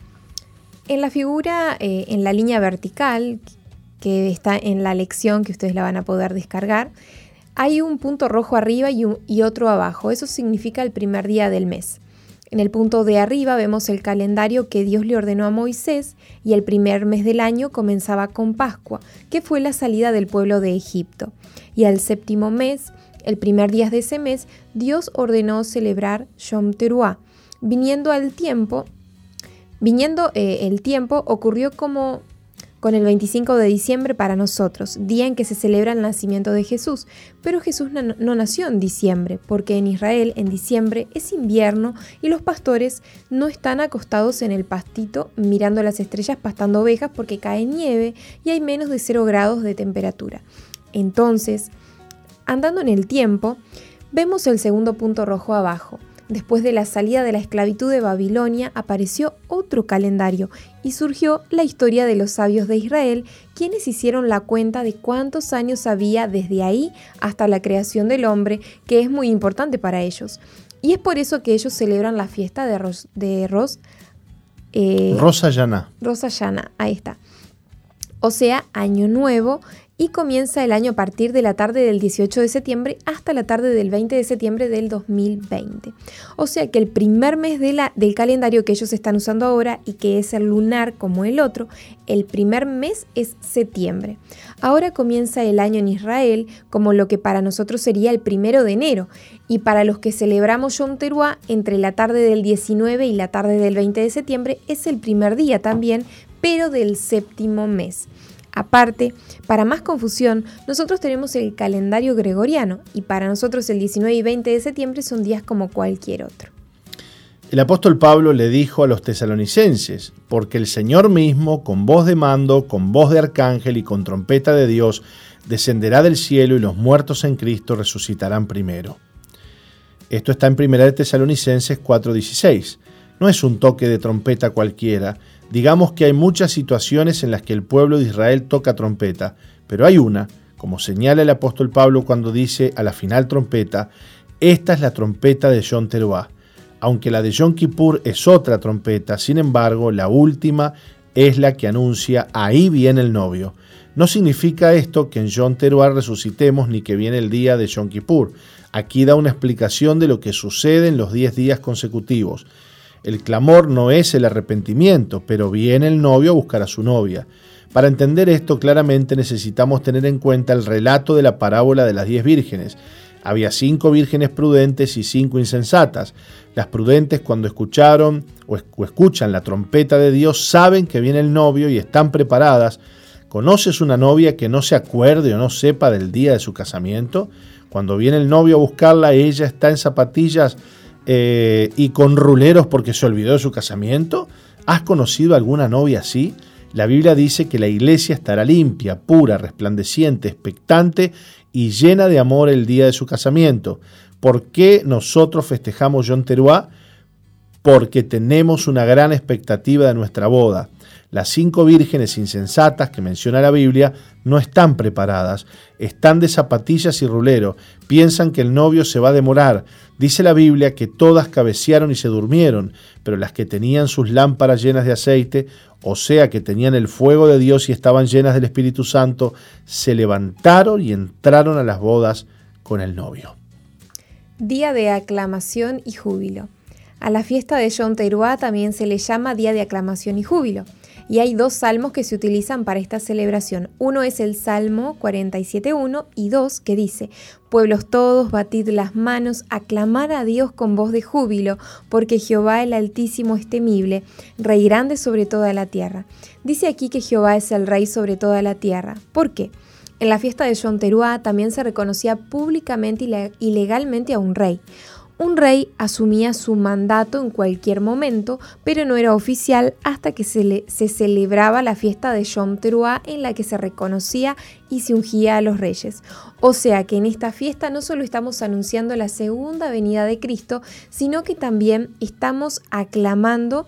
En la figura, eh, en la línea vertical, que está en la lección que ustedes la van a poder descargar, hay un punto rojo arriba y, un, y otro abajo. Eso significa el primer día del mes. En el punto de arriba vemos el calendario que Dios le ordenó a Moisés y el primer mes del año comenzaba con Pascua, que fue la salida del pueblo de Egipto. Y al séptimo mes, el primer día de ese mes, Dios ordenó celebrar Yom Teruá. Viniendo al tiempo, viniendo eh, el tiempo ocurrió como con el veinticinco de diciembre para nosotros, día en que se celebra el nacimiento de Jesús. Pero Jesús no, no nació en diciembre, porque en Israel en diciembre es invierno y los pastores no están acostados en el pastito mirando las estrellas pastando ovejas porque cae nieve y hay menos de cero grados de temperatura. Entonces, andando en el tiempo, vemos el segundo punto rojo abajo. Después de la salida de la esclavitud de Babilonia, apareció otro calendario y surgió la historia de los sabios de Israel, quienes hicieron la cuenta de cuántos años había desde ahí hasta la creación del hombre, que es muy importante para ellos. Y es por eso que ellos celebran la fiesta de Ros... De Ros eh, Rosh Hashanah. Rosh Hashanah, ahí está. O sea, Año Nuevo, y comienza el año a partir de la tarde del dieciocho de septiembre hasta la tarde del veinte de septiembre del dos mil veinte. O sea que el primer mes de la, del calendario que ellos están usando ahora y que es el lunar como el otro, el primer mes es septiembre. Ahora comienza el año en Israel como lo que para nosotros sería el primero de enero y para los que celebramos Yom Teruá entre la tarde del diecinueve y la tarde del veinte de septiembre es el primer día también, pero del séptimo mes. Aparte, para más confusión, nosotros tenemos el calendario gregoriano y para nosotros el diecinueve y veinte de septiembre son días como cualquier otro. El apóstol Pablo le dijo a los tesalonicenses, porque el Señor mismo, con voz de mando, con voz de arcángel y con trompeta de Dios, descenderá del cielo y los muertos en Cristo resucitarán primero. Esto está en primera de Tesalonicenses cuatro dieciséis. No es un toque de trompeta cualquiera. Digamos que hay muchas situaciones en las que el pueblo de Israel toca trompeta, pero hay una, como señala el apóstol Pablo cuando dice a la final trompeta, esta es la trompeta de Yom Teruá. Aunque la de Yom Kippur es otra trompeta, sin embargo, la última es la que anuncia ahí viene el novio. No significa esto que en Yom Teruá resucitemos ni que viene el día de Yom Kippur. Aquí da una explicación de lo que sucede en los diez días consecutivos. El clamor no es el arrepentimiento, pero viene el novio a buscar a su novia. Para entender esto claramente necesitamos tener en cuenta el relato de la parábola de las diez vírgenes. Había cinco vírgenes prudentes y cinco insensatas. Las prudentes, cuando escucharon o escuchan la trompeta de Dios, saben que viene el novio y están preparadas. ¿Conoces una novia que no se acuerde o no sepa del día de su casamiento? Cuando viene el novio a buscarla, ella está en zapatillas eh, y con ruleros porque se olvidó de su casamiento. ¿Has conocido alguna novia así? La Biblia dice que la iglesia estará limpia, pura, resplandeciente, expectante y llena de amor el día de su casamiento. ¿Por qué nosotros festejamos Yom Teruá? Porque tenemos una gran expectativa de nuestra boda. Las cinco vírgenes insensatas que menciona la Biblia no están preparadas, están de zapatillas y rulero, piensan que el novio se va a demorar. Dice la Biblia que todas cabecearon y se durmieron, pero las que tenían sus lámparas llenas de aceite, o sea que tenían el fuego de Dios y estaban llenas del Espíritu Santo, se levantaron y entraron a las bodas con el novio. Día de aclamación y júbilo. A la fiesta de Yom Teruá también se le llama Día de aclamación y júbilo. Y hay dos salmos que se utilizan para esta celebración. Uno es el Salmo cuarenta y siete uno y dos que dice: Pueblos todos, batid las manos, aclamad a Dios con voz de júbilo, porque Jehová el Altísimo es temible, Rey grande sobre toda la tierra. Dice aquí que Jehová es el Rey sobre toda la tierra. ¿Por qué? En la fiesta de Yom Teruá también se reconocía públicamente y legalmente a un rey. Un rey asumía su mandato en cualquier momento, pero no era oficial hasta que se, le, se celebraba la fiesta de Yom Teruá, en la que se reconocía y se ungía a los reyes. O sea que en esta fiesta no solo estamos anunciando la segunda venida de Cristo, sino que también estamos aclamando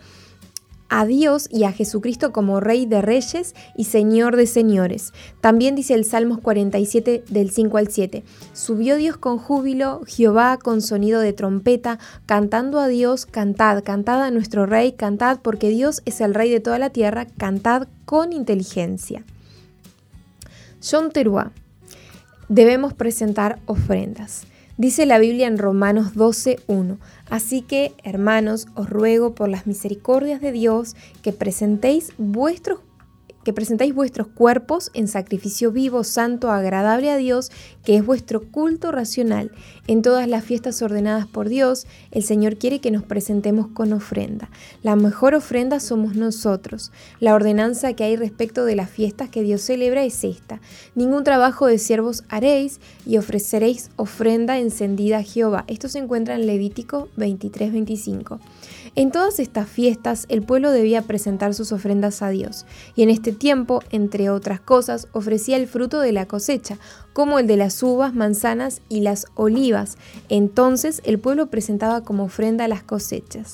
a Dios y a Jesucristo como Rey de Reyes y Señor de Señores. También dice el Salmos cuarenta y siete del cinco al siete: Subió Dios con júbilo, Jehová con sonido de trompeta, cantando a Dios, cantad, cantad a nuestro Rey, cantad, porque Dios es el Rey de toda la tierra, cantad con inteligencia. Yom Teruá. Debemos presentar ofrendas. Dice la Biblia en Romanos doce uno: Así que, hermanos, os ruego por las misericordias de Dios que presentéis vuestros que presentéis vuestros cuerpos en sacrificio vivo, santo, agradable a Dios, que es vuestro culto racional. En todas las fiestas ordenadas por Dios, el Señor quiere que nos presentemos con ofrenda. La mejor ofrenda somos nosotros. La ordenanza que hay respecto de las fiestas que Dios celebra es esta: ningún trabajo de siervos haréis y ofreceréis ofrenda encendida a Jehová. Esto se encuentra en Levítico veintitrés veinticinco. En todas estas fiestas, el pueblo debía presentar sus ofrendas a Dios, y en este tiempo, entre otras cosas, ofrecía el fruto de la cosecha, como el de las uvas, manzanas y las olivas. Entonces el pueblo presentaba como ofrenda las cosechas.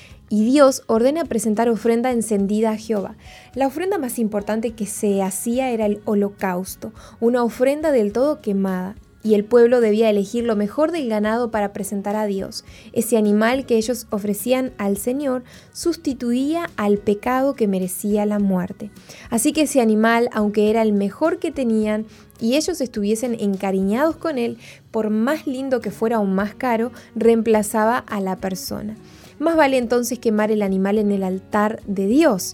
Y Dios ordena presentar ofrenda encendida a Jehová. La ofrenda más importante que se hacía era el holocausto, una ofrenda del todo quemada. Y el pueblo debía elegir lo mejor del ganado para presentar a Dios. Ese animal que ellos ofrecían al Señor sustituía al pecado que merecía la muerte. Así que ese animal, aunque era el mejor que tenían y ellos estuviesen encariñados con él, por más lindo que fuera o más caro, reemplazaba a la persona. Más vale entonces quemar el animal en el altar de Dios.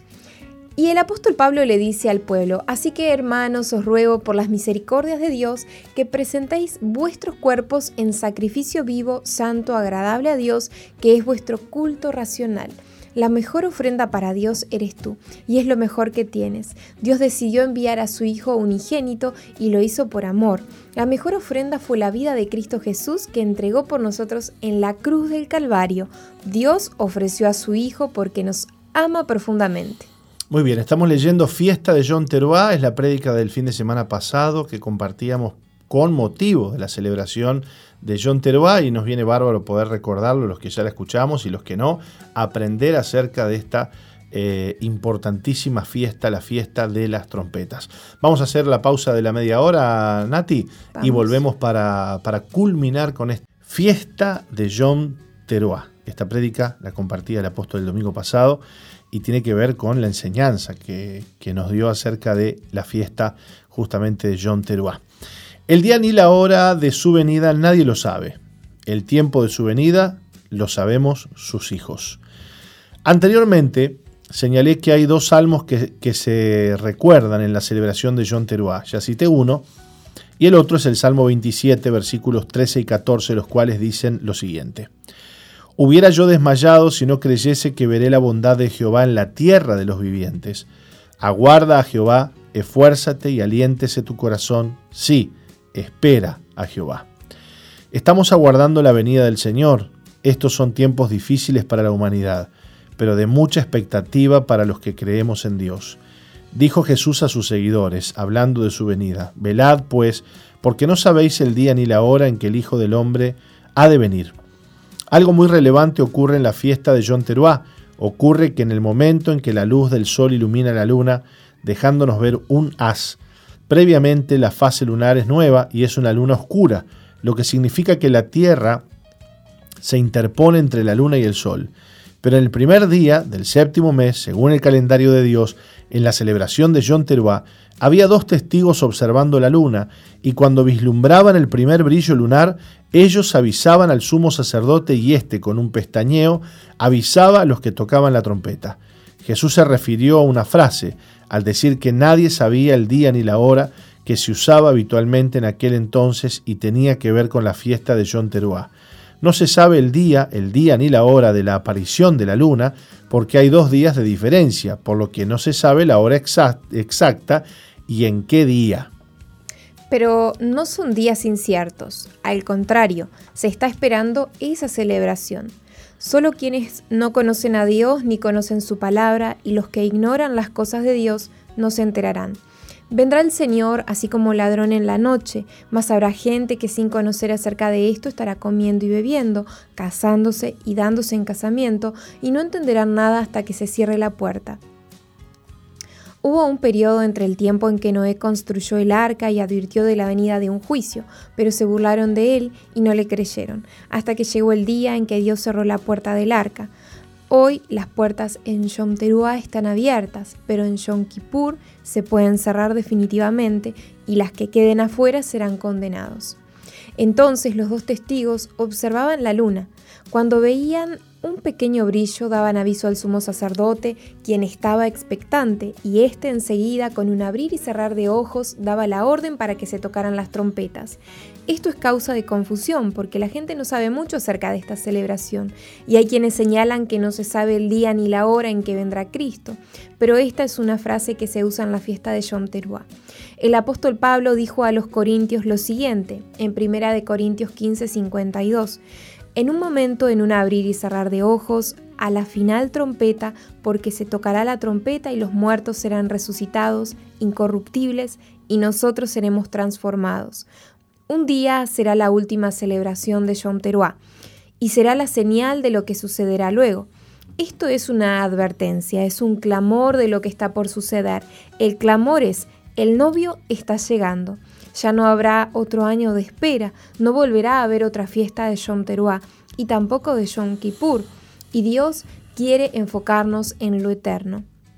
Y el apóstol Pablo le dice al pueblo: así que, hermanos, os ruego por las misericordias de Dios que presentéis vuestros cuerpos en sacrificio vivo, santo, agradable a Dios, que es vuestro culto racional. La mejor ofrenda para Dios eres tú, y es lo mejor que tienes. Dios decidió enviar a su Hijo unigénito y lo hizo por amor. La mejor ofrenda fue la vida de Cristo Jesús, que entregó por nosotros en la cruz del Calvario. Dios ofreció a su Hijo porque nos ama profundamente. Muy bien, estamos leyendo Fiesta de Yom Teruá, es la prédica del fin de semana pasado que compartíamos con motivo de la celebración de Yom Teruá, y nos viene bárbaro poder recordarlo, los que ya la escuchamos y los que no, aprender acerca de esta eh, importantísima fiesta, la fiesta de las trompetas. Vamos a hacer la pausa de la media hora, Nati, Vamos. y volvemos para, para culminar con esta Fiesta de Yom Teruá. Esta prédica la compartía el apóstol el domingo pasado, y tiene que ver con la enseñanza que, que nos dio acerca de la fiesta justamente de Yom Teruá. El día ni la hora de su venida nadie lo sabe. El tiempo de su venida lo sabemos sus hijos. Anteriormente señalé que hay dos salmos que, que se recuerdan en la celebración de Yom Teruá. Ya cité uno, Y el otro es el Salmo veintisiete, versículos trece y catorce, los cuales dicen lo siguiente: Hubiera yo desmayado si no creyese que veré la bondad de Jehová en la tierra de los vivientes. Aguarda a Jehová, esfuérzate y aliéntese tu corazón. Sí, espera a Jehová. Estamos aguardando la venida del Señor. Estos son tiempos difíciles para la humanidad, pero de mucha expectativa para los que creemos en Dios. Dijo Jesús a sus seguidores, hablando de su venida: Velad, pues, porque no sabéis el día ni la hora en que el Hijo del Hombre ha de venir. Algo muy relevante ocurre en la fiesta de Yom Teruá. Ocurre que en el momento en que la luz del sol ilumina la luna, dejándonos ver un haz, previamente la fase lunar es nueva y es una luna oscura, lo que significa que la Tierra se interpone entre la luna y el sol. Pero en el primer día del séptimo mes, según el calendario de Dios, en la celebración de Yom Teruá, había dos testigos observando la luna, y cuando vislumbraban el primer brillo lunar, ellos avisaban al sumo sacerdote y éste, con un pestañeo, avisaba a los que tocaban la trompeta. Jesús se refirió a una frase, al decir que nadie sabía el día ni la hora, que se usaba habitualmente en aquel entonces y tenía que ver con la fiesta de Yom Teruá. No se sabe el día, el día ni la hora de la aparición de la luna, porque hay dos días de diferencia, por lo que no se sabe la hora exacta y en qué día. Pero no son días inciertos, al contrario, se está esperando esa celebración. Solo quienes no conocen a Dios ni conocen su palabra y los que ignoran las cosas de Dios no se enterarán. Vendrá el Señor así como ladrón en la noche, mas habrá gente que sin conocer acerca de esto estará comiendo y bebiendo, casándose y dándose en casamiento, y no entenderán nada hasta que se cierre la puerta. Hubo un periodo entre el tiempo en que Noé construyó el arca y advirtió de la venida de un juicio, pero se burlaron de él y no le creyeron, hasta que llegó el día en que Dios cerró la puerta del arca. Hoy las puertas en Yom Teruá están abiertas, pero en Yom Kippur se pueden cerrar definitivamente y las que queden afuera serán condenados. Entonces los dos testigos observaban la luna. Cuando veían un pequeño brillo daban aviso al sumo sacerdote, quien estaba expectante, y éste enseguida, con un abrir y cerrar de ojos, daba la orden para que se tocaran las trompetas. Esto es causa de confusión, porque la gente no sabe mucho acerca de esta celebración, y hay quienes señalan que no se sabe el día ni la hora en que vendrá Cristo, pero esta es una frase que se usa en la fiesta de Yom Teruá. El apóstol Pablo dijo a los corintios lo siguiente, en primera de Corintios quince, cincuenta y dos, en un momento, en un abrir y cerrar de ojos, a la final trompeta, porque se tocará la trompeta y los muertos serán resucitados, incorruptibles, y nosotros seremos transformados. Un día será la última celebración de Yom Teruá, y será la señal de lo que sucederá luego. Esto es una advertencia, es un clamor de lo que está por suceder. El clamor es, el novio está llegando. Ya no habrá otro año de espera, no volverá a haber otra fiesta de Yom Teruá y tampoco de Yom Kippur, y Dios quiere enfocarnos en lo eterno.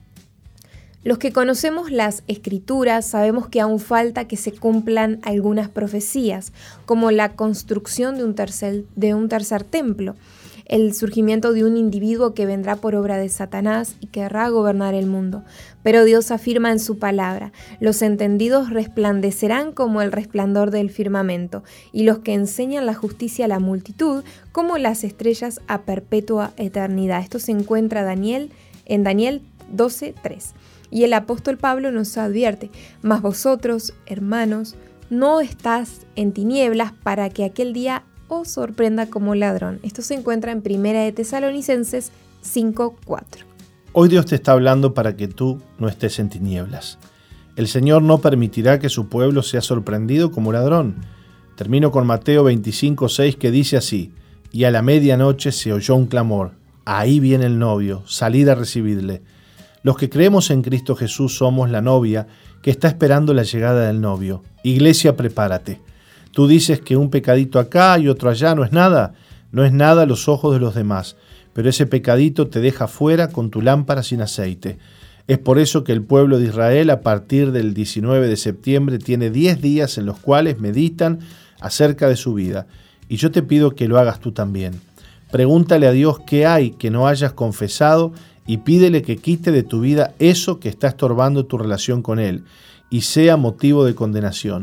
Los que conocemos las Escrituras sabemos que aún falta que se cumplan algunas profecías, como la construcción de un tercer, de un tercer templo, el surgimiento de un individuo que vendrá por obra de Satanás y querrá gobernar el mundo. Pero Dios afirma en su palabra, los entendidos resplandecerán como el resplandor del firmamento, y los que enseñan la justicia a la multitud como las estrellas a perpetua eternidad. Esto se encuentra Daniel, en Daniel doce, tres. Y el apóstol Pablo nos advierte, mas vosotros, hermanos, no estás en tinieblas para que aquel día os sorprenda como ladrón. Esto se encuentra en Primera de Tesalonicenses cinco, cuatro. Hoy Dios te está hablando para que tú no estés en tinieblas. El Señor no permitirá que su pueblo sea sorprendido como ladrón. Termino con Mateo veinticinco, seis, que dice así: y a la medianoche se oyó un clamor, ahí viene el novio, salid a recibirle. Los que creemos en Cristo Jesús somos la novia que está esperando la llegada del novio. Iglesia, prepárate. Tú dices que un pecadito acá y otro allá no es nada. No es nada a los ojos de los demás, pero ese pecadito te deja fuera con tu lámpara sin aceite. Es por eso que el pueblo de Israel a partir del diecinueve de septiembre tiene diez días en los cuales meditan acerca de su vida. Y yo te pido que lo hagas tú también. Pregúntale a Dios qué hay que no hayas confesado y pídele que quite de tu vida eso que está estorbando tu relación con Él y sea motivo de condenación.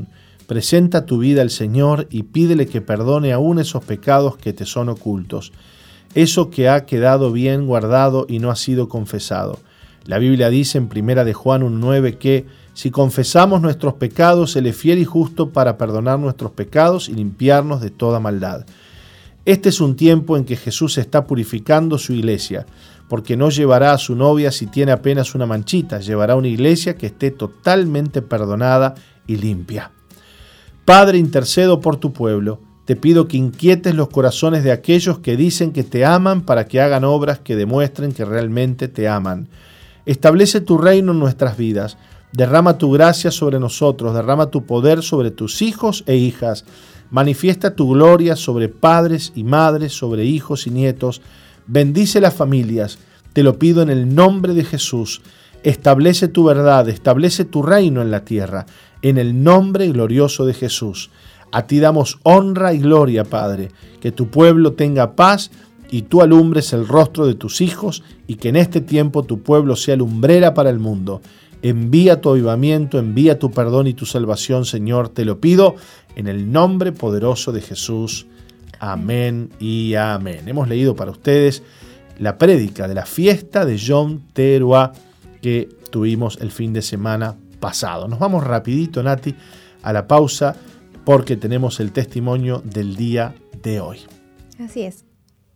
Presenta tu vida al Señor y pídele que perdone aún esos pecados que te son ocultos, eso que ha quedado bien guardado y no ha sido confesado. La Biblia dice en primera de Juan uno nueve que si confesamos nuestros pecados, Él es fiel y justo para perdonar nuestros pecados y limpiarnos de toda maldad. Este es un tiempo en que Jesús está purificando su iglesia, porque no llevará a su novia si tiene apenas una manchita, llevará una iglesia que esté totalmente perdonada y limpia. Padre, intercedo por tu pueblo. Te pido que inquietes los corazones de aquellos que dicen que te aman para que hagan obras que demuestren que realmente te aman. Establece tu reino en nuestras vidas. Derrama tu gracia sobre nosotros, derrama tu poder sobre tus hijos e hijas. Manifiesta tu gloria sobre padres y madres, sobre hijos y nietos. Bendice las familias. Te lo pido en el nombre de Jesús. Establece tu verdad, establece tu reino en la tierra, en el nombre glorioso de Jesús. A ti damos honra y gloria, Padre, que tu pueblo tenga paz y tú alumbres el rostro de tus hijos y que en este tiempo tu pueblo sea lumbrera para el mundo. Envía tu avivamiento, envía tu perdón y tu salvación, Señor, te lo pido en el nombre poderoso de Jesús. Amén y amén. Hemos leído para ustedes la prédica de la fiesta de Yom Teruah que tuvimos el fin de semana pasado. Nos vamos rapidito, Nati, a la pausa porque tenemos el testimonio del día de hoy. Así es.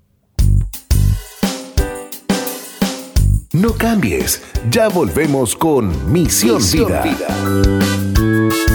No cambies, ya volvemos con Misión, Misión Vida. Vida.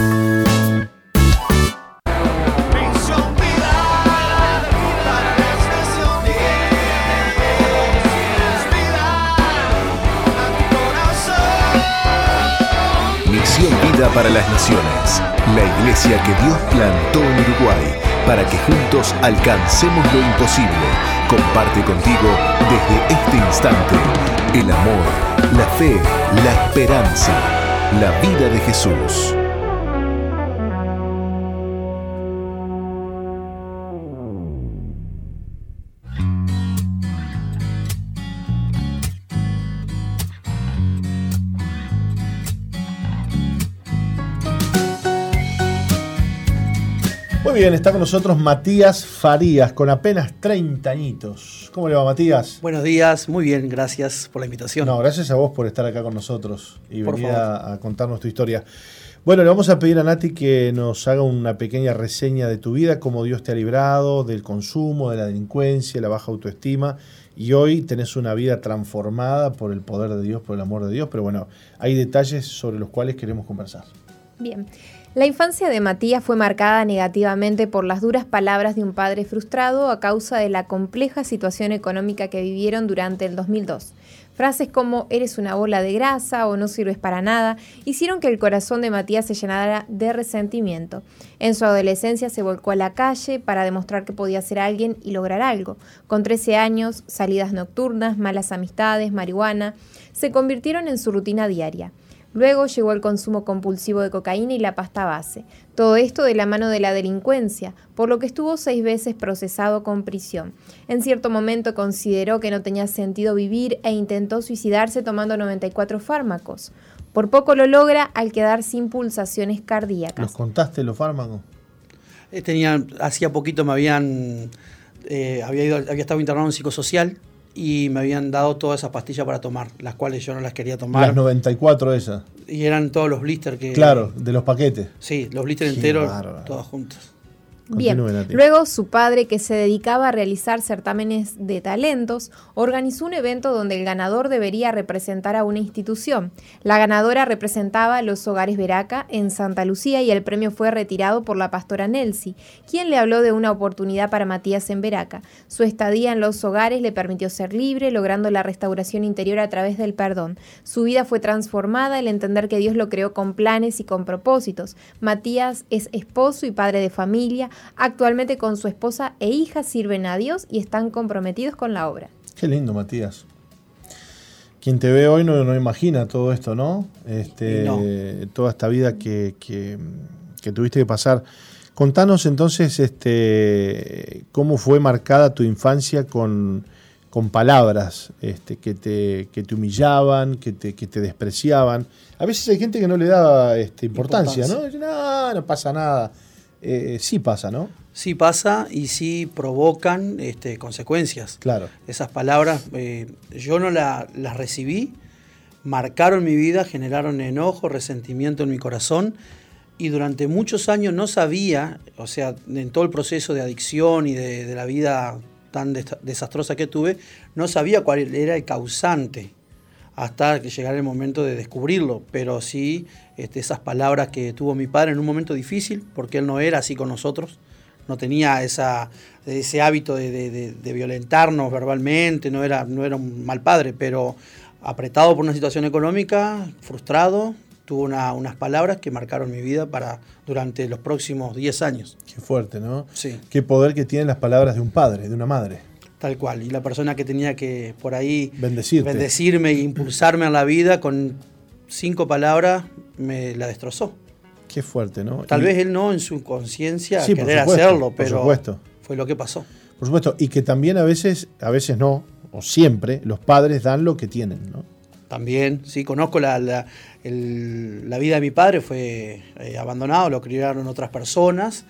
Misión Vida para las Naciones, la iglesia que Dios plantó en Uruguay para que juntos alcancemos lo imposible. Comparte contigo desde este instante el amor, la fe, la esperanza, la vida de Jesús. Muy bien, está con nosotros Matías Farías, con apenas treinta añitos. ¿Cómo le va, Matías? Buenos días, muy bien, gracias por la invitación. No, gracias a vos por estar acá con nosotros y por venir a, a contarnos tu historia. Bueno, le vamos a pedir a Nati que nos haga una pequeña reseña de tu vida, cómo Dios te ha librado del consumo, de la delincuencia, la baja autoestima. Y hoy tenés una vida transformada por el poder de Dios, por el amor de Dios. Pero bueno, hay detalles sobre los cuales queremos conversar. Bien. La infancia de Matías fue marcada negativamente por las duras palabras de un padre frustrado a causa de la compleja situación económica que vivieron durante el dos mil dos. Frases como "eres una bola de grasa" o "no sirves para nada" hicieron que el corazón de Matías se llenara de resentimiento. En su adolescencia se volcó a la calle para demostrar que podía ser alguien y lograr algo. Con trece años, salidas nocturnas, malas amistades, marihuana, se convirtieron en su rutina diaria. Luego llegó el consumo compulsivo de cocaína y la pasta base. Todo esto de la mano de la delincuencia, por lo que estuvo seis veces procesado con prisión. En cierto momento consideró que no tenía sentido vivir e intentó suicidarse tomando noventa y cuatro fármacos. Por poco lo logra al quedar sin pulsaciones cardíacas. ¿Los contaste los fármacos? Eh, tenía, hacía poquito me habían, eh, había, ido, había estado internado en psicosocial y me habían dado todas esas pastillas para tomar, las cuales yo no las quería tomar. Las noventa y cuatro esas. Y eran todos los blisters que... Claro, de los paquetes. Sí, los blisters enteros, todos juntos. Bien, luego su padre, que se dedicaba a realizar certámenes de talentos, organizó un evento donde el ganador debería representar a una institución. La ganadora representaba a los Hogares Veraca en Santa Lucía y el premio fue retirado por la pastora Nelsi, quien le habló de una oportunidad para Matías en Veraca. Su estadía en los hogares le permitió ser libre, logrando la restauración interior a través del perdón. Su vida fue transformada al entender que Dios lo creó con planes y con propósitos. Matías es esposo y padre de familia. Actualmente con su esposa e hija sirven a Dios y están comprometidos con la obra. Qué lindo, Matías. Quien te ve hoy no, no imagina todo esto, ¿no? Este, no. Toda esta vida que, que, que tuviste que pasar. Contanos entonces este, cómo fue marcada tu infancia con, con palabras este, que, te, que te humillaban, que te, que te despreciaban. A veces hay gente que no le da este, importancia, importancia, ¿no? No, no pasa nada. Eh, sí pasa, ¿no? Sí pasa y sí provocan este, consecuencias. Claro. Esas palabras eh, yo no la, las recibí, marcaron mi vida, generaron enojo, resentimiento en mi corazón y durante muchos años no sabía, o sea, en todo el proceso de adicción y de, de la vida tan des- desastrosa que tuve, no sabía cuál era el causante hasta que llegara el momento de descubrirlo, pero sí este, esas palabras que tuvo mi padre en un momento difícil, porque él no era así con nosotros, no tenía esa, ese hábito de, de, de, de violentarnos verbalmente, no era, no era un mal padre, pero apretado por una situación económica, frustrado, tuvo una, unas palabras que marcaron mi vida para durante los próximos diez años. Qué fuerte, ¿no? Sí. Qué poder que tienen las palabras de un padre, de una madre. Tal cual, y la persona que tenía que por ahí Bendecirte. bendecirme e impulsarme en la vida con cinco palabras me la destrozó. Qué fuerte, ¿no? Tal y... vez él no en su conciencia sí, querer supuesto, hacerlo, pero por supuesto. Fue lo que pasó. Por supuesto, y que también a veces, a veces no, o siempre, los padres dan lo que tienen, ¿no? También, sí, conozco la, la, el, la vida de mi padre, fue eh, abandonado, lo criaron otras personas.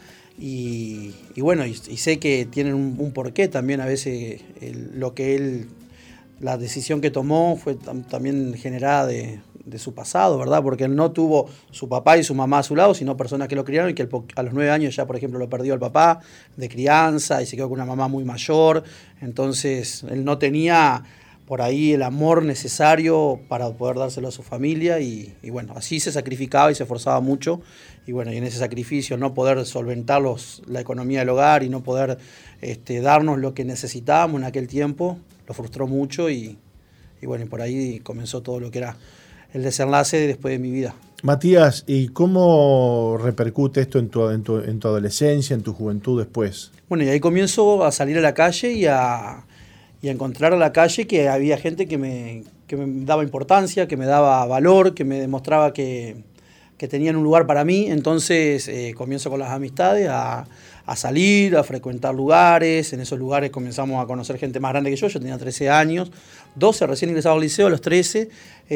Y, y bueno, y, y sé que tienen un, un porqué también a veces el, lo que él, la decisión que tomó fue tam, también generada de, de su pasado, ¿verdad? Porque él no tuvo su papá y su mamá a su lado, sino personas que lo criaron y que el, a los nueve años ya, por ejemplo, lo perdió al papá de crianza y se quedó con una mamá muy mayor. Entonces, él no tenía por ahí el amor necesario para poder dárselo a su familia y, y bueno, así se sacrificaba y se esforzaba mucho y bueno, y en ese sacrificio no poder solventar los, la economía del hogar y no poder este, darnos lo que necesitábamos en aquel tiempo, lo frustró mucho y, y bueno, y por ahí comenzó todo lo que era el desenlace después de mi vida. Matías, ¿y cómo repercute esto en tu, en tu, en tu adolescencia, en tu juventud después? Bueno, y ahí comienzo a salir a la calle y a... y a encontrar a la calle que había gente que me, que me daba importancia, que me daba valor, que me demostraba que, que tenían un lugar para mí. Entonces eh, comienzo con las amistades a, a salir, a frecuentar lugares. En esos lugares comenzamos a conocer gente más grande que yo. Yo tenía trece años, doce, recién ingresado al liceo, a los trece,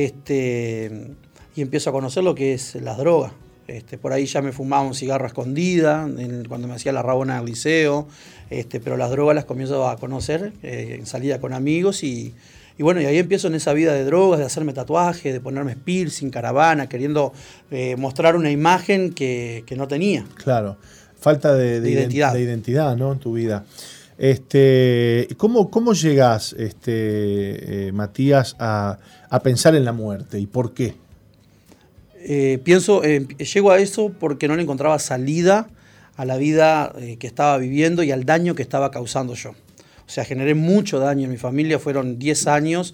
este, y empiezo a conocer lo que es las drogas. Este, por ahí ya me fumaba un cigarro a escondida en, cuando me hacía la rabona del liceo, este, pero las drogas las comienzo a conocer eh, en salida con amigos y, y bueno, y ahí empiezo en esa vida de drogas, de hacerme tatuajes, de ponerme piercing, caravana, queriendo eh, mostrar una imagen que, que no tenía. Claro, falta de, de, de, identidad. de identidad, ¿no? En tu vida. Este, ¿cómo, cómo llegás, este, eh, Matías, a, a pensar en la muerte y por qué? Eh, pienso, eh, llego a eso porque no le encontraba salida a la vida eh, que estaba viviendo y al daño que estaba causando yo. O sea, generé mucho daño en mi familia, fueron diez años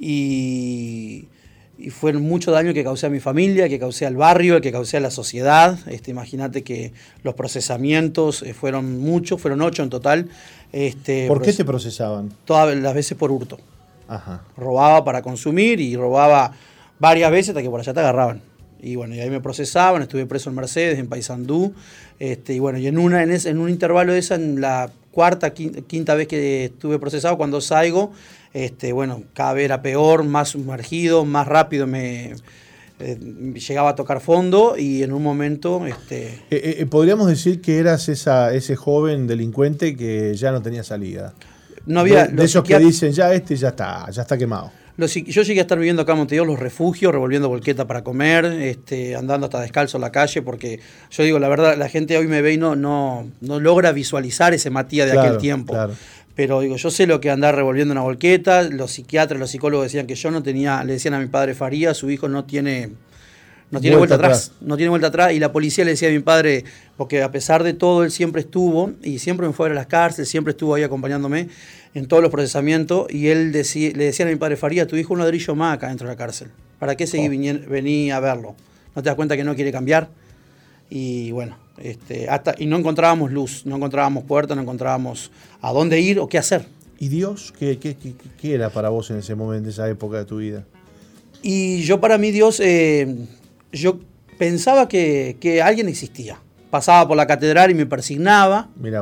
y, y fueron mucho daño que causé a mi familia, que causé al barrio, que causé a la sociedad. Este, imagínate que los procesamientos eh, fueron muchos, fueron ocho en total. Este, ¿Por qué te procesaban? Todas las veces por hurto. Ajá. Robaba para consumir y robaba varias veces hasta que por allá te agarraban. Y bueno, y ahí me procesaban, estuve preso en Mercedes, en Paysandú, este, y bueno, y en una, en, ese, en un intervalo de esa, en la cuarta, quinta, quinta vez que estuve procesado, cuando salgo, este, bueno, cada vez era peor, más sumergido, más rápido me eh, llegaba a tocar fondo y en un momento... Este, eh, eh, podríamos decir que eras esa, ese joven delincuente que ya no tenía salida. No había... De, de esos que dicen, ya este ya está, ya está quemado. Los, yo llegué a estar viviendo acá en Montevideo, los refugios, revolviendo volqueta para comer, este, andando hasta descalzo en la calle, porque yo digo, la verdad, la gente hoy me ve y no, no, no logra visualizar ese Matías de claro, aquel tiempo. Claro. Pero digo, yo sé lo que andar revolviendo una volqueta, los psiquiatras, los psicólogos decían que yo no tenía, le decían a mi padre Faría, su hijo no tiene... No tiene vuelta, vuelta atrás. atrás, no tiene vuelta atrás. Y la policía le decía a mi padre, porque a pesar de todo, él siempre estuvo, y siempre me fue a las cárceles, siempre estuvo ahí acompañándome en todos los procesamientos, y él decía, le decía a mi padre Faría, tu hijo un ladrillo más acá dentro de la cárcel. ¿Para qué seguir oh. venir a verlo? ¿No te das cuenta que no quiere cambiar? Y bueno, este, hasta, y no encontrábamos luz, no encontrábamos puerta, no encontrábamos a dónde ir o qué hacer. ¿Y Dios? ¿Qué, qué, qué, qué era para vos en ese momento, en esa época de tu vida? Y yo para mí Dios... Eh, Yo pensaba que, que alguien existía. Pasaba por la catedral y me persignaba. Mirá vos.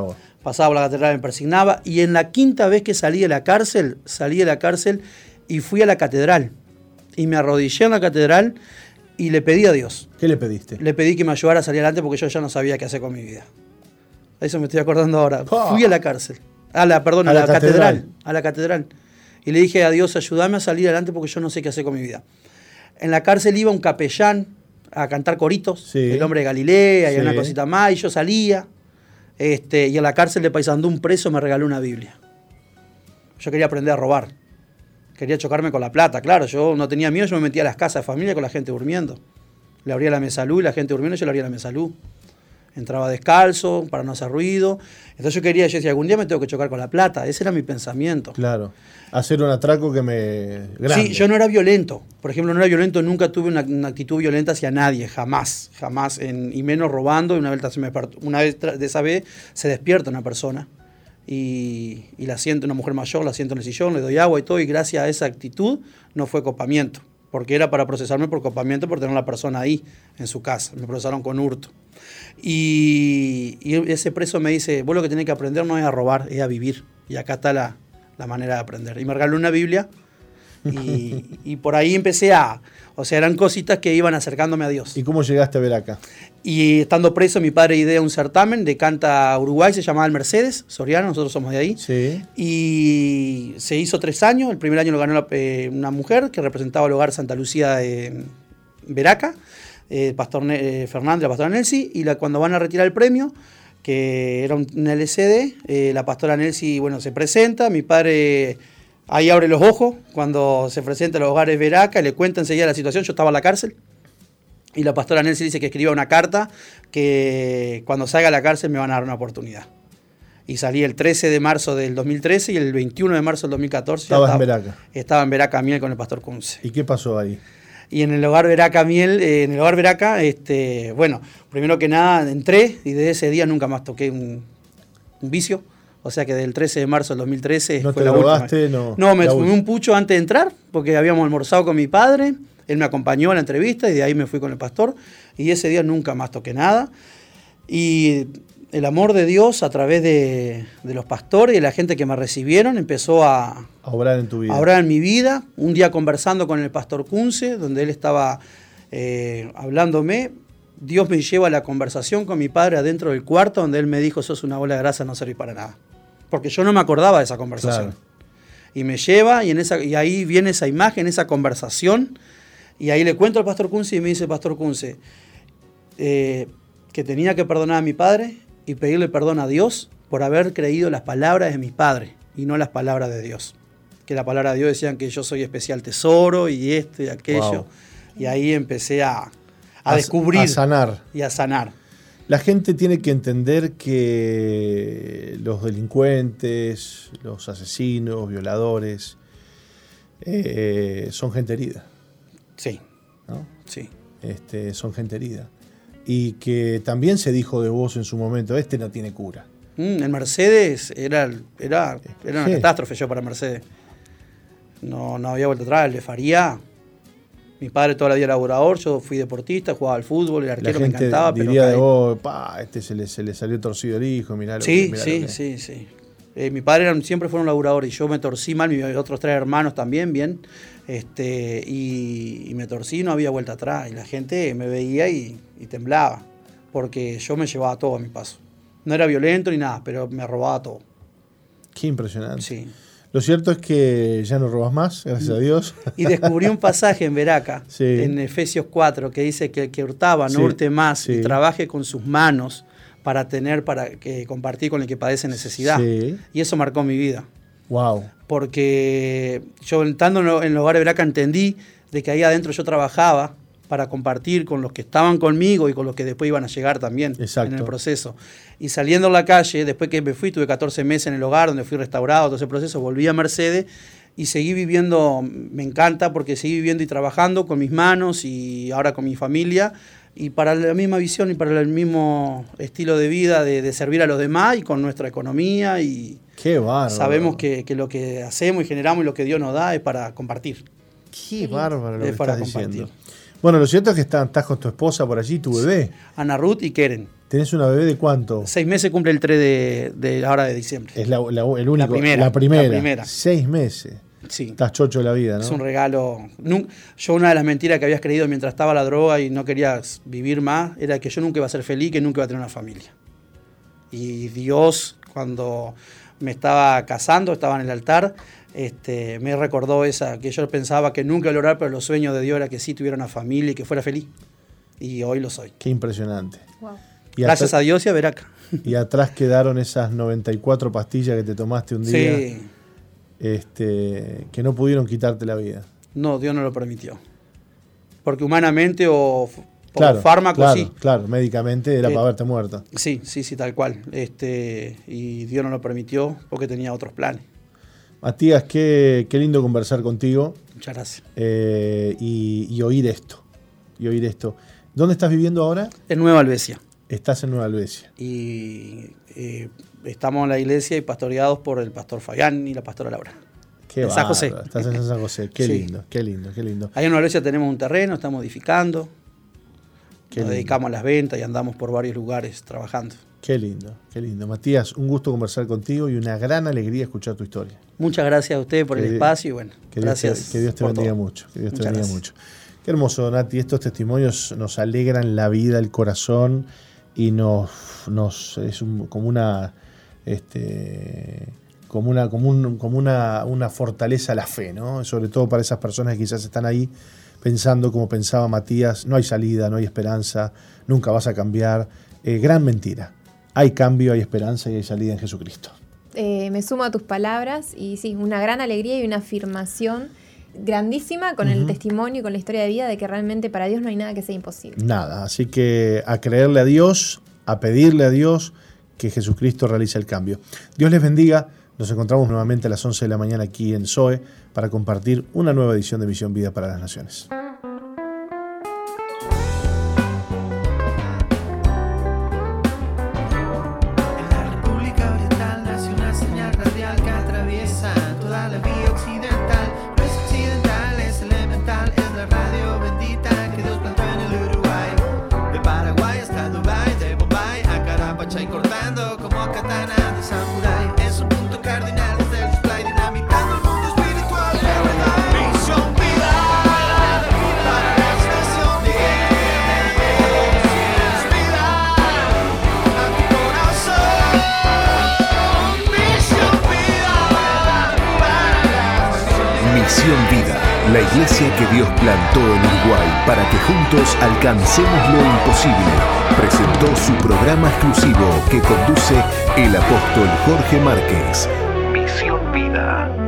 pasaba por la catedral, me persignaba, y en la quinta vez que salí de la cárcel, salí de la cárcel y fui a la catedral. Y me arrodillé en la catedral y le pedí a Dios. ¿Qué le pediste? Le pedí que me ayudara a salir adelante porque yo ya no sabía qué hacer con mi vida. Eso me estoy acordando ahora. Oh. Fui a la cárcel, a la, perdón, a, a la, la catedral. catedral, a la catedral. Y le dije a Dios, ayúdame a salir adelante porque yo no sé qué hacer con mi vida. En la cárcel iba un capellán a cantar coritos, sí. El hombre de Galilea y sí. Una cosita más, y yo salía. Este, y en la cárcel de Paysandú un preso me regaló una Biblia. Yo quería aprender a robar. Quería chocarme con la plata, claro. Yo no tenía miedo, yo me metía a las casas de familia con la gente durmiendo. Le abría la mesa luz y la gente durmiendo, yo le abría la mesa luz. Entraba descalzo para no hacer ruido. Entonces yo quería, yo decía, algún día me tengo que chocar con la plata. Ese era mi pensamiento. Claro. Hacer un atraco que me... grande. Sí, yo no era violento. Por ejemplo, no era violento, nunca tuve una, una actitud violenta hacia nadie, jamás, jamás. En, y menos robando. Y una vez, se me, una vez de esa vez se despierta una persona y, y la siento, una mujer mayor, la siento en el sillón, le doy agua y todo, y gracias a esa actitud no fue copamiento. Porque era para procesarme por copamiento, por tener a la persona ahí, en su casa. Me procesaron con hurto. Y, y ese preso me dice, vos lo que tenés que aprender no es a robar, es a vivir. Y acá está la, la manera de aprender. Y me regaló una Biblia y, y por ahí empecé a... O sea, eran cositas que iban acercándome a Dios. ¿Y cómo llegaste a ver acá? Y estando preso, mi padre idea un certamen de Canta Uruguay, se llamaba el Mercedes, Soriano, nosotros somos de ahí. Sí. Y se hizo tres años, el primer año lo ganó la, eh, una mujer que representaba el hogar Santa Lucía de Veraca, eh, Pastor eh, Fernández, la pastora Nelsi, y la, cuando van a retirar el premio, que era un, un L C D, eh, la pastora Nelsi, bueno, se presenta, mi padre... Ahí abre los ojos cuando se presenta a los hogares Veraca, le cuenta enseguida la situación. Yo estaba en la cárcel y la pastora Nelsi dice que escriba una carta que cuando salga a la cárcel me van a dar una oportunidad. Y salí el trece de marzo del dos mil trece y el veintiuno de marzo del dos mil catorce. Estabas en Veraca. Estaba en Veraca Miel con el pastor Kunze. ¿Y qué pasó ahí? Y en el hogar Veraca Miel, eh, en el hogar Veraca, este, bueno, primero que nada entré y desde ese día nunca más toqué un, un vicio. O sea que del trece de marzo del dos mil trece ¿No fue te la drogaste? última. No, no, me fumé un pucho antes de entrar, porque habíamos almorzado con mi padre, él me acompañó a la entrevista y de ahí me fui con el pastor, y ese día nunca más toqué nada. Y el amor de Dios a través de, de los pastores y de la gente que me recibieron empezó a, a obrar en tu vida. A obrar en mi vida. Un día conversando con el pastor Kunze, donde él estaba eh, hablándome, Dios me lleva a la conversación con mi padre adentro del cuarto, donde él me dijo, sos una bola de grasa, no servís para nada. Porque yo no me acordaba de esa conversación. Claro. Y me lleva, y, en esa, y ahí viene esa imagen, esa conversación, y ahí le cuento al pastor Kunze y me dice, pastor Kunze, eh, que tenía que perdonar a mi padre y pedirle perdón a Dios por haber creído las palabras de mi padre y no las palabras de Dios. Que la palabra de Dios decían que yo soy especial tesoro y esto y aquello. Wow. Y ahí empecé a, a descubrir. A sanar. Y a sanar. La gente tiene que entender que los delincuentes, los asesinos, violadores, eh, son gente herida. Sí. ¿No? Sí. Este, son gente herida. Y que también se dijo de vos en su momento, este no tiene cura. Mm, el Mercedes era, era, era una sí. catástrofe yo para Mercedes. No, no había vuelta atrás, el de Faría. Mi padre toda la vida laborador, yo fui deportista, jugaba al fútbol, el arquero me encantaba. Diría pero de vos, pa, este se le, se le salió torcido el hijo, mirá lo sí, que mirá sí, lo que... sí, sí. Eh, mi padre eran, siempre fueron laburadores y yo me torcí mal, mis otros tres hermanos también, bien. Este, y, y me torcí, no había vuelta atrás. Y la gente me veía y, y temblaba, porque yo me llevaba todo a mi paso. No era violento ni nada, pero me robaba todo. Qué impresionante. Sí. Lo cierto es que ya no robas más, gracias a Dios. Y descubrí un pasaje en Veraca, sí. en Efesios cuatro, que dice que el que hurtaba no sí, hurte más sí. y trabaje con sus manos para tener, para que compartir con el que padece necesidad. Sí. Y eso marcó mi vida. Wow. Porque yo estando en el hogar de Veraca entendí de que ahí adentro yo trabajaba para compartir con los que estaban conmigo y con los que después iban a llegar también. Exacto. En el proceso. Y saliendo a la calle, después que me fui, tuve catorce meses en el hogar, donde fui restaurado, todo ese proceso, volví a Mercedes y seguí viviendo, me encanta porque seguí viviendo y trabajando con mis manos y ahora con mi familia, y para la misma visión y para el mismo estilo de vida de, de servir a los demás y con nuestra economía. Y qué bárbaro. Sabemos que, que lo que hacemos y generamos y lo que Dios nos da es para compartir. Qué bárbaro lo que es para estás compartir. Diciendo. Bueno, lo cierto es que estás, estás con tu esposa por allí, tu bebé. Ana Ruth y Keren. ¿Tenés una bebé de cuánto? Seis meses cumple el tres de, de ahora de diciembre. Es la, la- el único, La primera, la primera. la primera. Seis meses. Sí. Estás chocho de la vida, ¿no? Es un regalo. Nun- Yo una de las mentiras que habías creído mientras estaba la droga y no querías vivir más era que yo nunca iba a ser feliz, que nunca iba a tener una familia. Y Dios, cuando me estaba casando, estaba en el altar, este, me recordó esa, que yo pensaba que nunca iba a lograr, pero los sueños de Dios era que sí tuviera una familia y que fuera feliz. Y hoy lo soy. Qué impresionante. Wow. Y Gracias atr- a Dios y a Veraca. Y atrás quedaron esas noventa y cuatro pastillas que te tomaste un día, Sí. este, que no pudieron quitarte la vida. No, Dios no lo permitió. Porque humanamente o f- por Claro, fármaco claro, sí. claro, médicamente era Eh, para haberte muerto. Sí, sí, sí, tal cual. Este, y Dios no lo permitió porque tenía otros planes. Matías, qué, qué lindo conversar contigo. Muchas gracias. eh, y, y oír esto. Y oír esto. ¿Dónde estás viviendo ahora? En Nueva Albesia. Estás en Nueva Albesia. Y eh, estamos en la iglesia y pastoreados por el pastor Fabián y la pastora Laura. Qué en San bárbaro, José. Estás en San José. Qué Sí. lindo, qué lindo, qué lindo. Ahí en Nueva Albesia tenemos un terreno, estamos edificando. Qué Nos lindo. dedicamos a las ventas y andamos por varios lugares trabajando. Qué lindo, qué lindo. Matías, un gusto conversar contigo y una gran alegría escuchar tu historia. Muchas gracias a ustedes por Que el Di- espacio y bueno, Que Dios gracias. te, que Dios te por bendiga todo. mucho. Que Dios te Muchas bendiga gracias. mucho. Qué hermoso, Nati. Estos testimonios nos alegran la vida, el corazón y nos, nos es un- como una, este, como una, como un- como una, una fortaleza a la fe, ¿no? Sobre todo para esas personas que quizás están ahí pensando como pensaba Matías, no hay salida, no hay esperanza, nunca vas a cambiar. Eh, gran mentira. Hay cambio, hay esperanza y hay salida en Jesucristo. Eh, me sumo a tus palabras y sí, una gran alegría y una afirmación grandísima con el Ujú. testimonio y con la historia de vida de que realmente para Dios no hay nada que sea imposible. Nada, así que a creerle a Dios, a pedirle a Dios que Jesucristo realice el cambio. Dios les bendiga. Nos encontramos nuevamente a las once de la mañana aquí en S O E para compartir una nueva edición de Misión Vida para las Naciones. República Oriental nació una señal radial que atraviesa toda la vía occidental. No es occidental, es elemental, es la radio bendita que Dios plantó en el Uruguay. De Paraguay hasta Dubái, de Bombay a Carapacha y cortando como katana de samurái. Es un punto cardinal desde el display dinamitando el mundo espiritual de verdad. Misión Vida para las naciones. Vida a tu corazón. Misión Vida para las naciones. Misión Vida, la iglesia que Dios plantó en Uruguay para que juntos alcancemos lo imposible, presentó su programa exclusivo que conduce el apóstol Jorge Márquez. Misión Vida.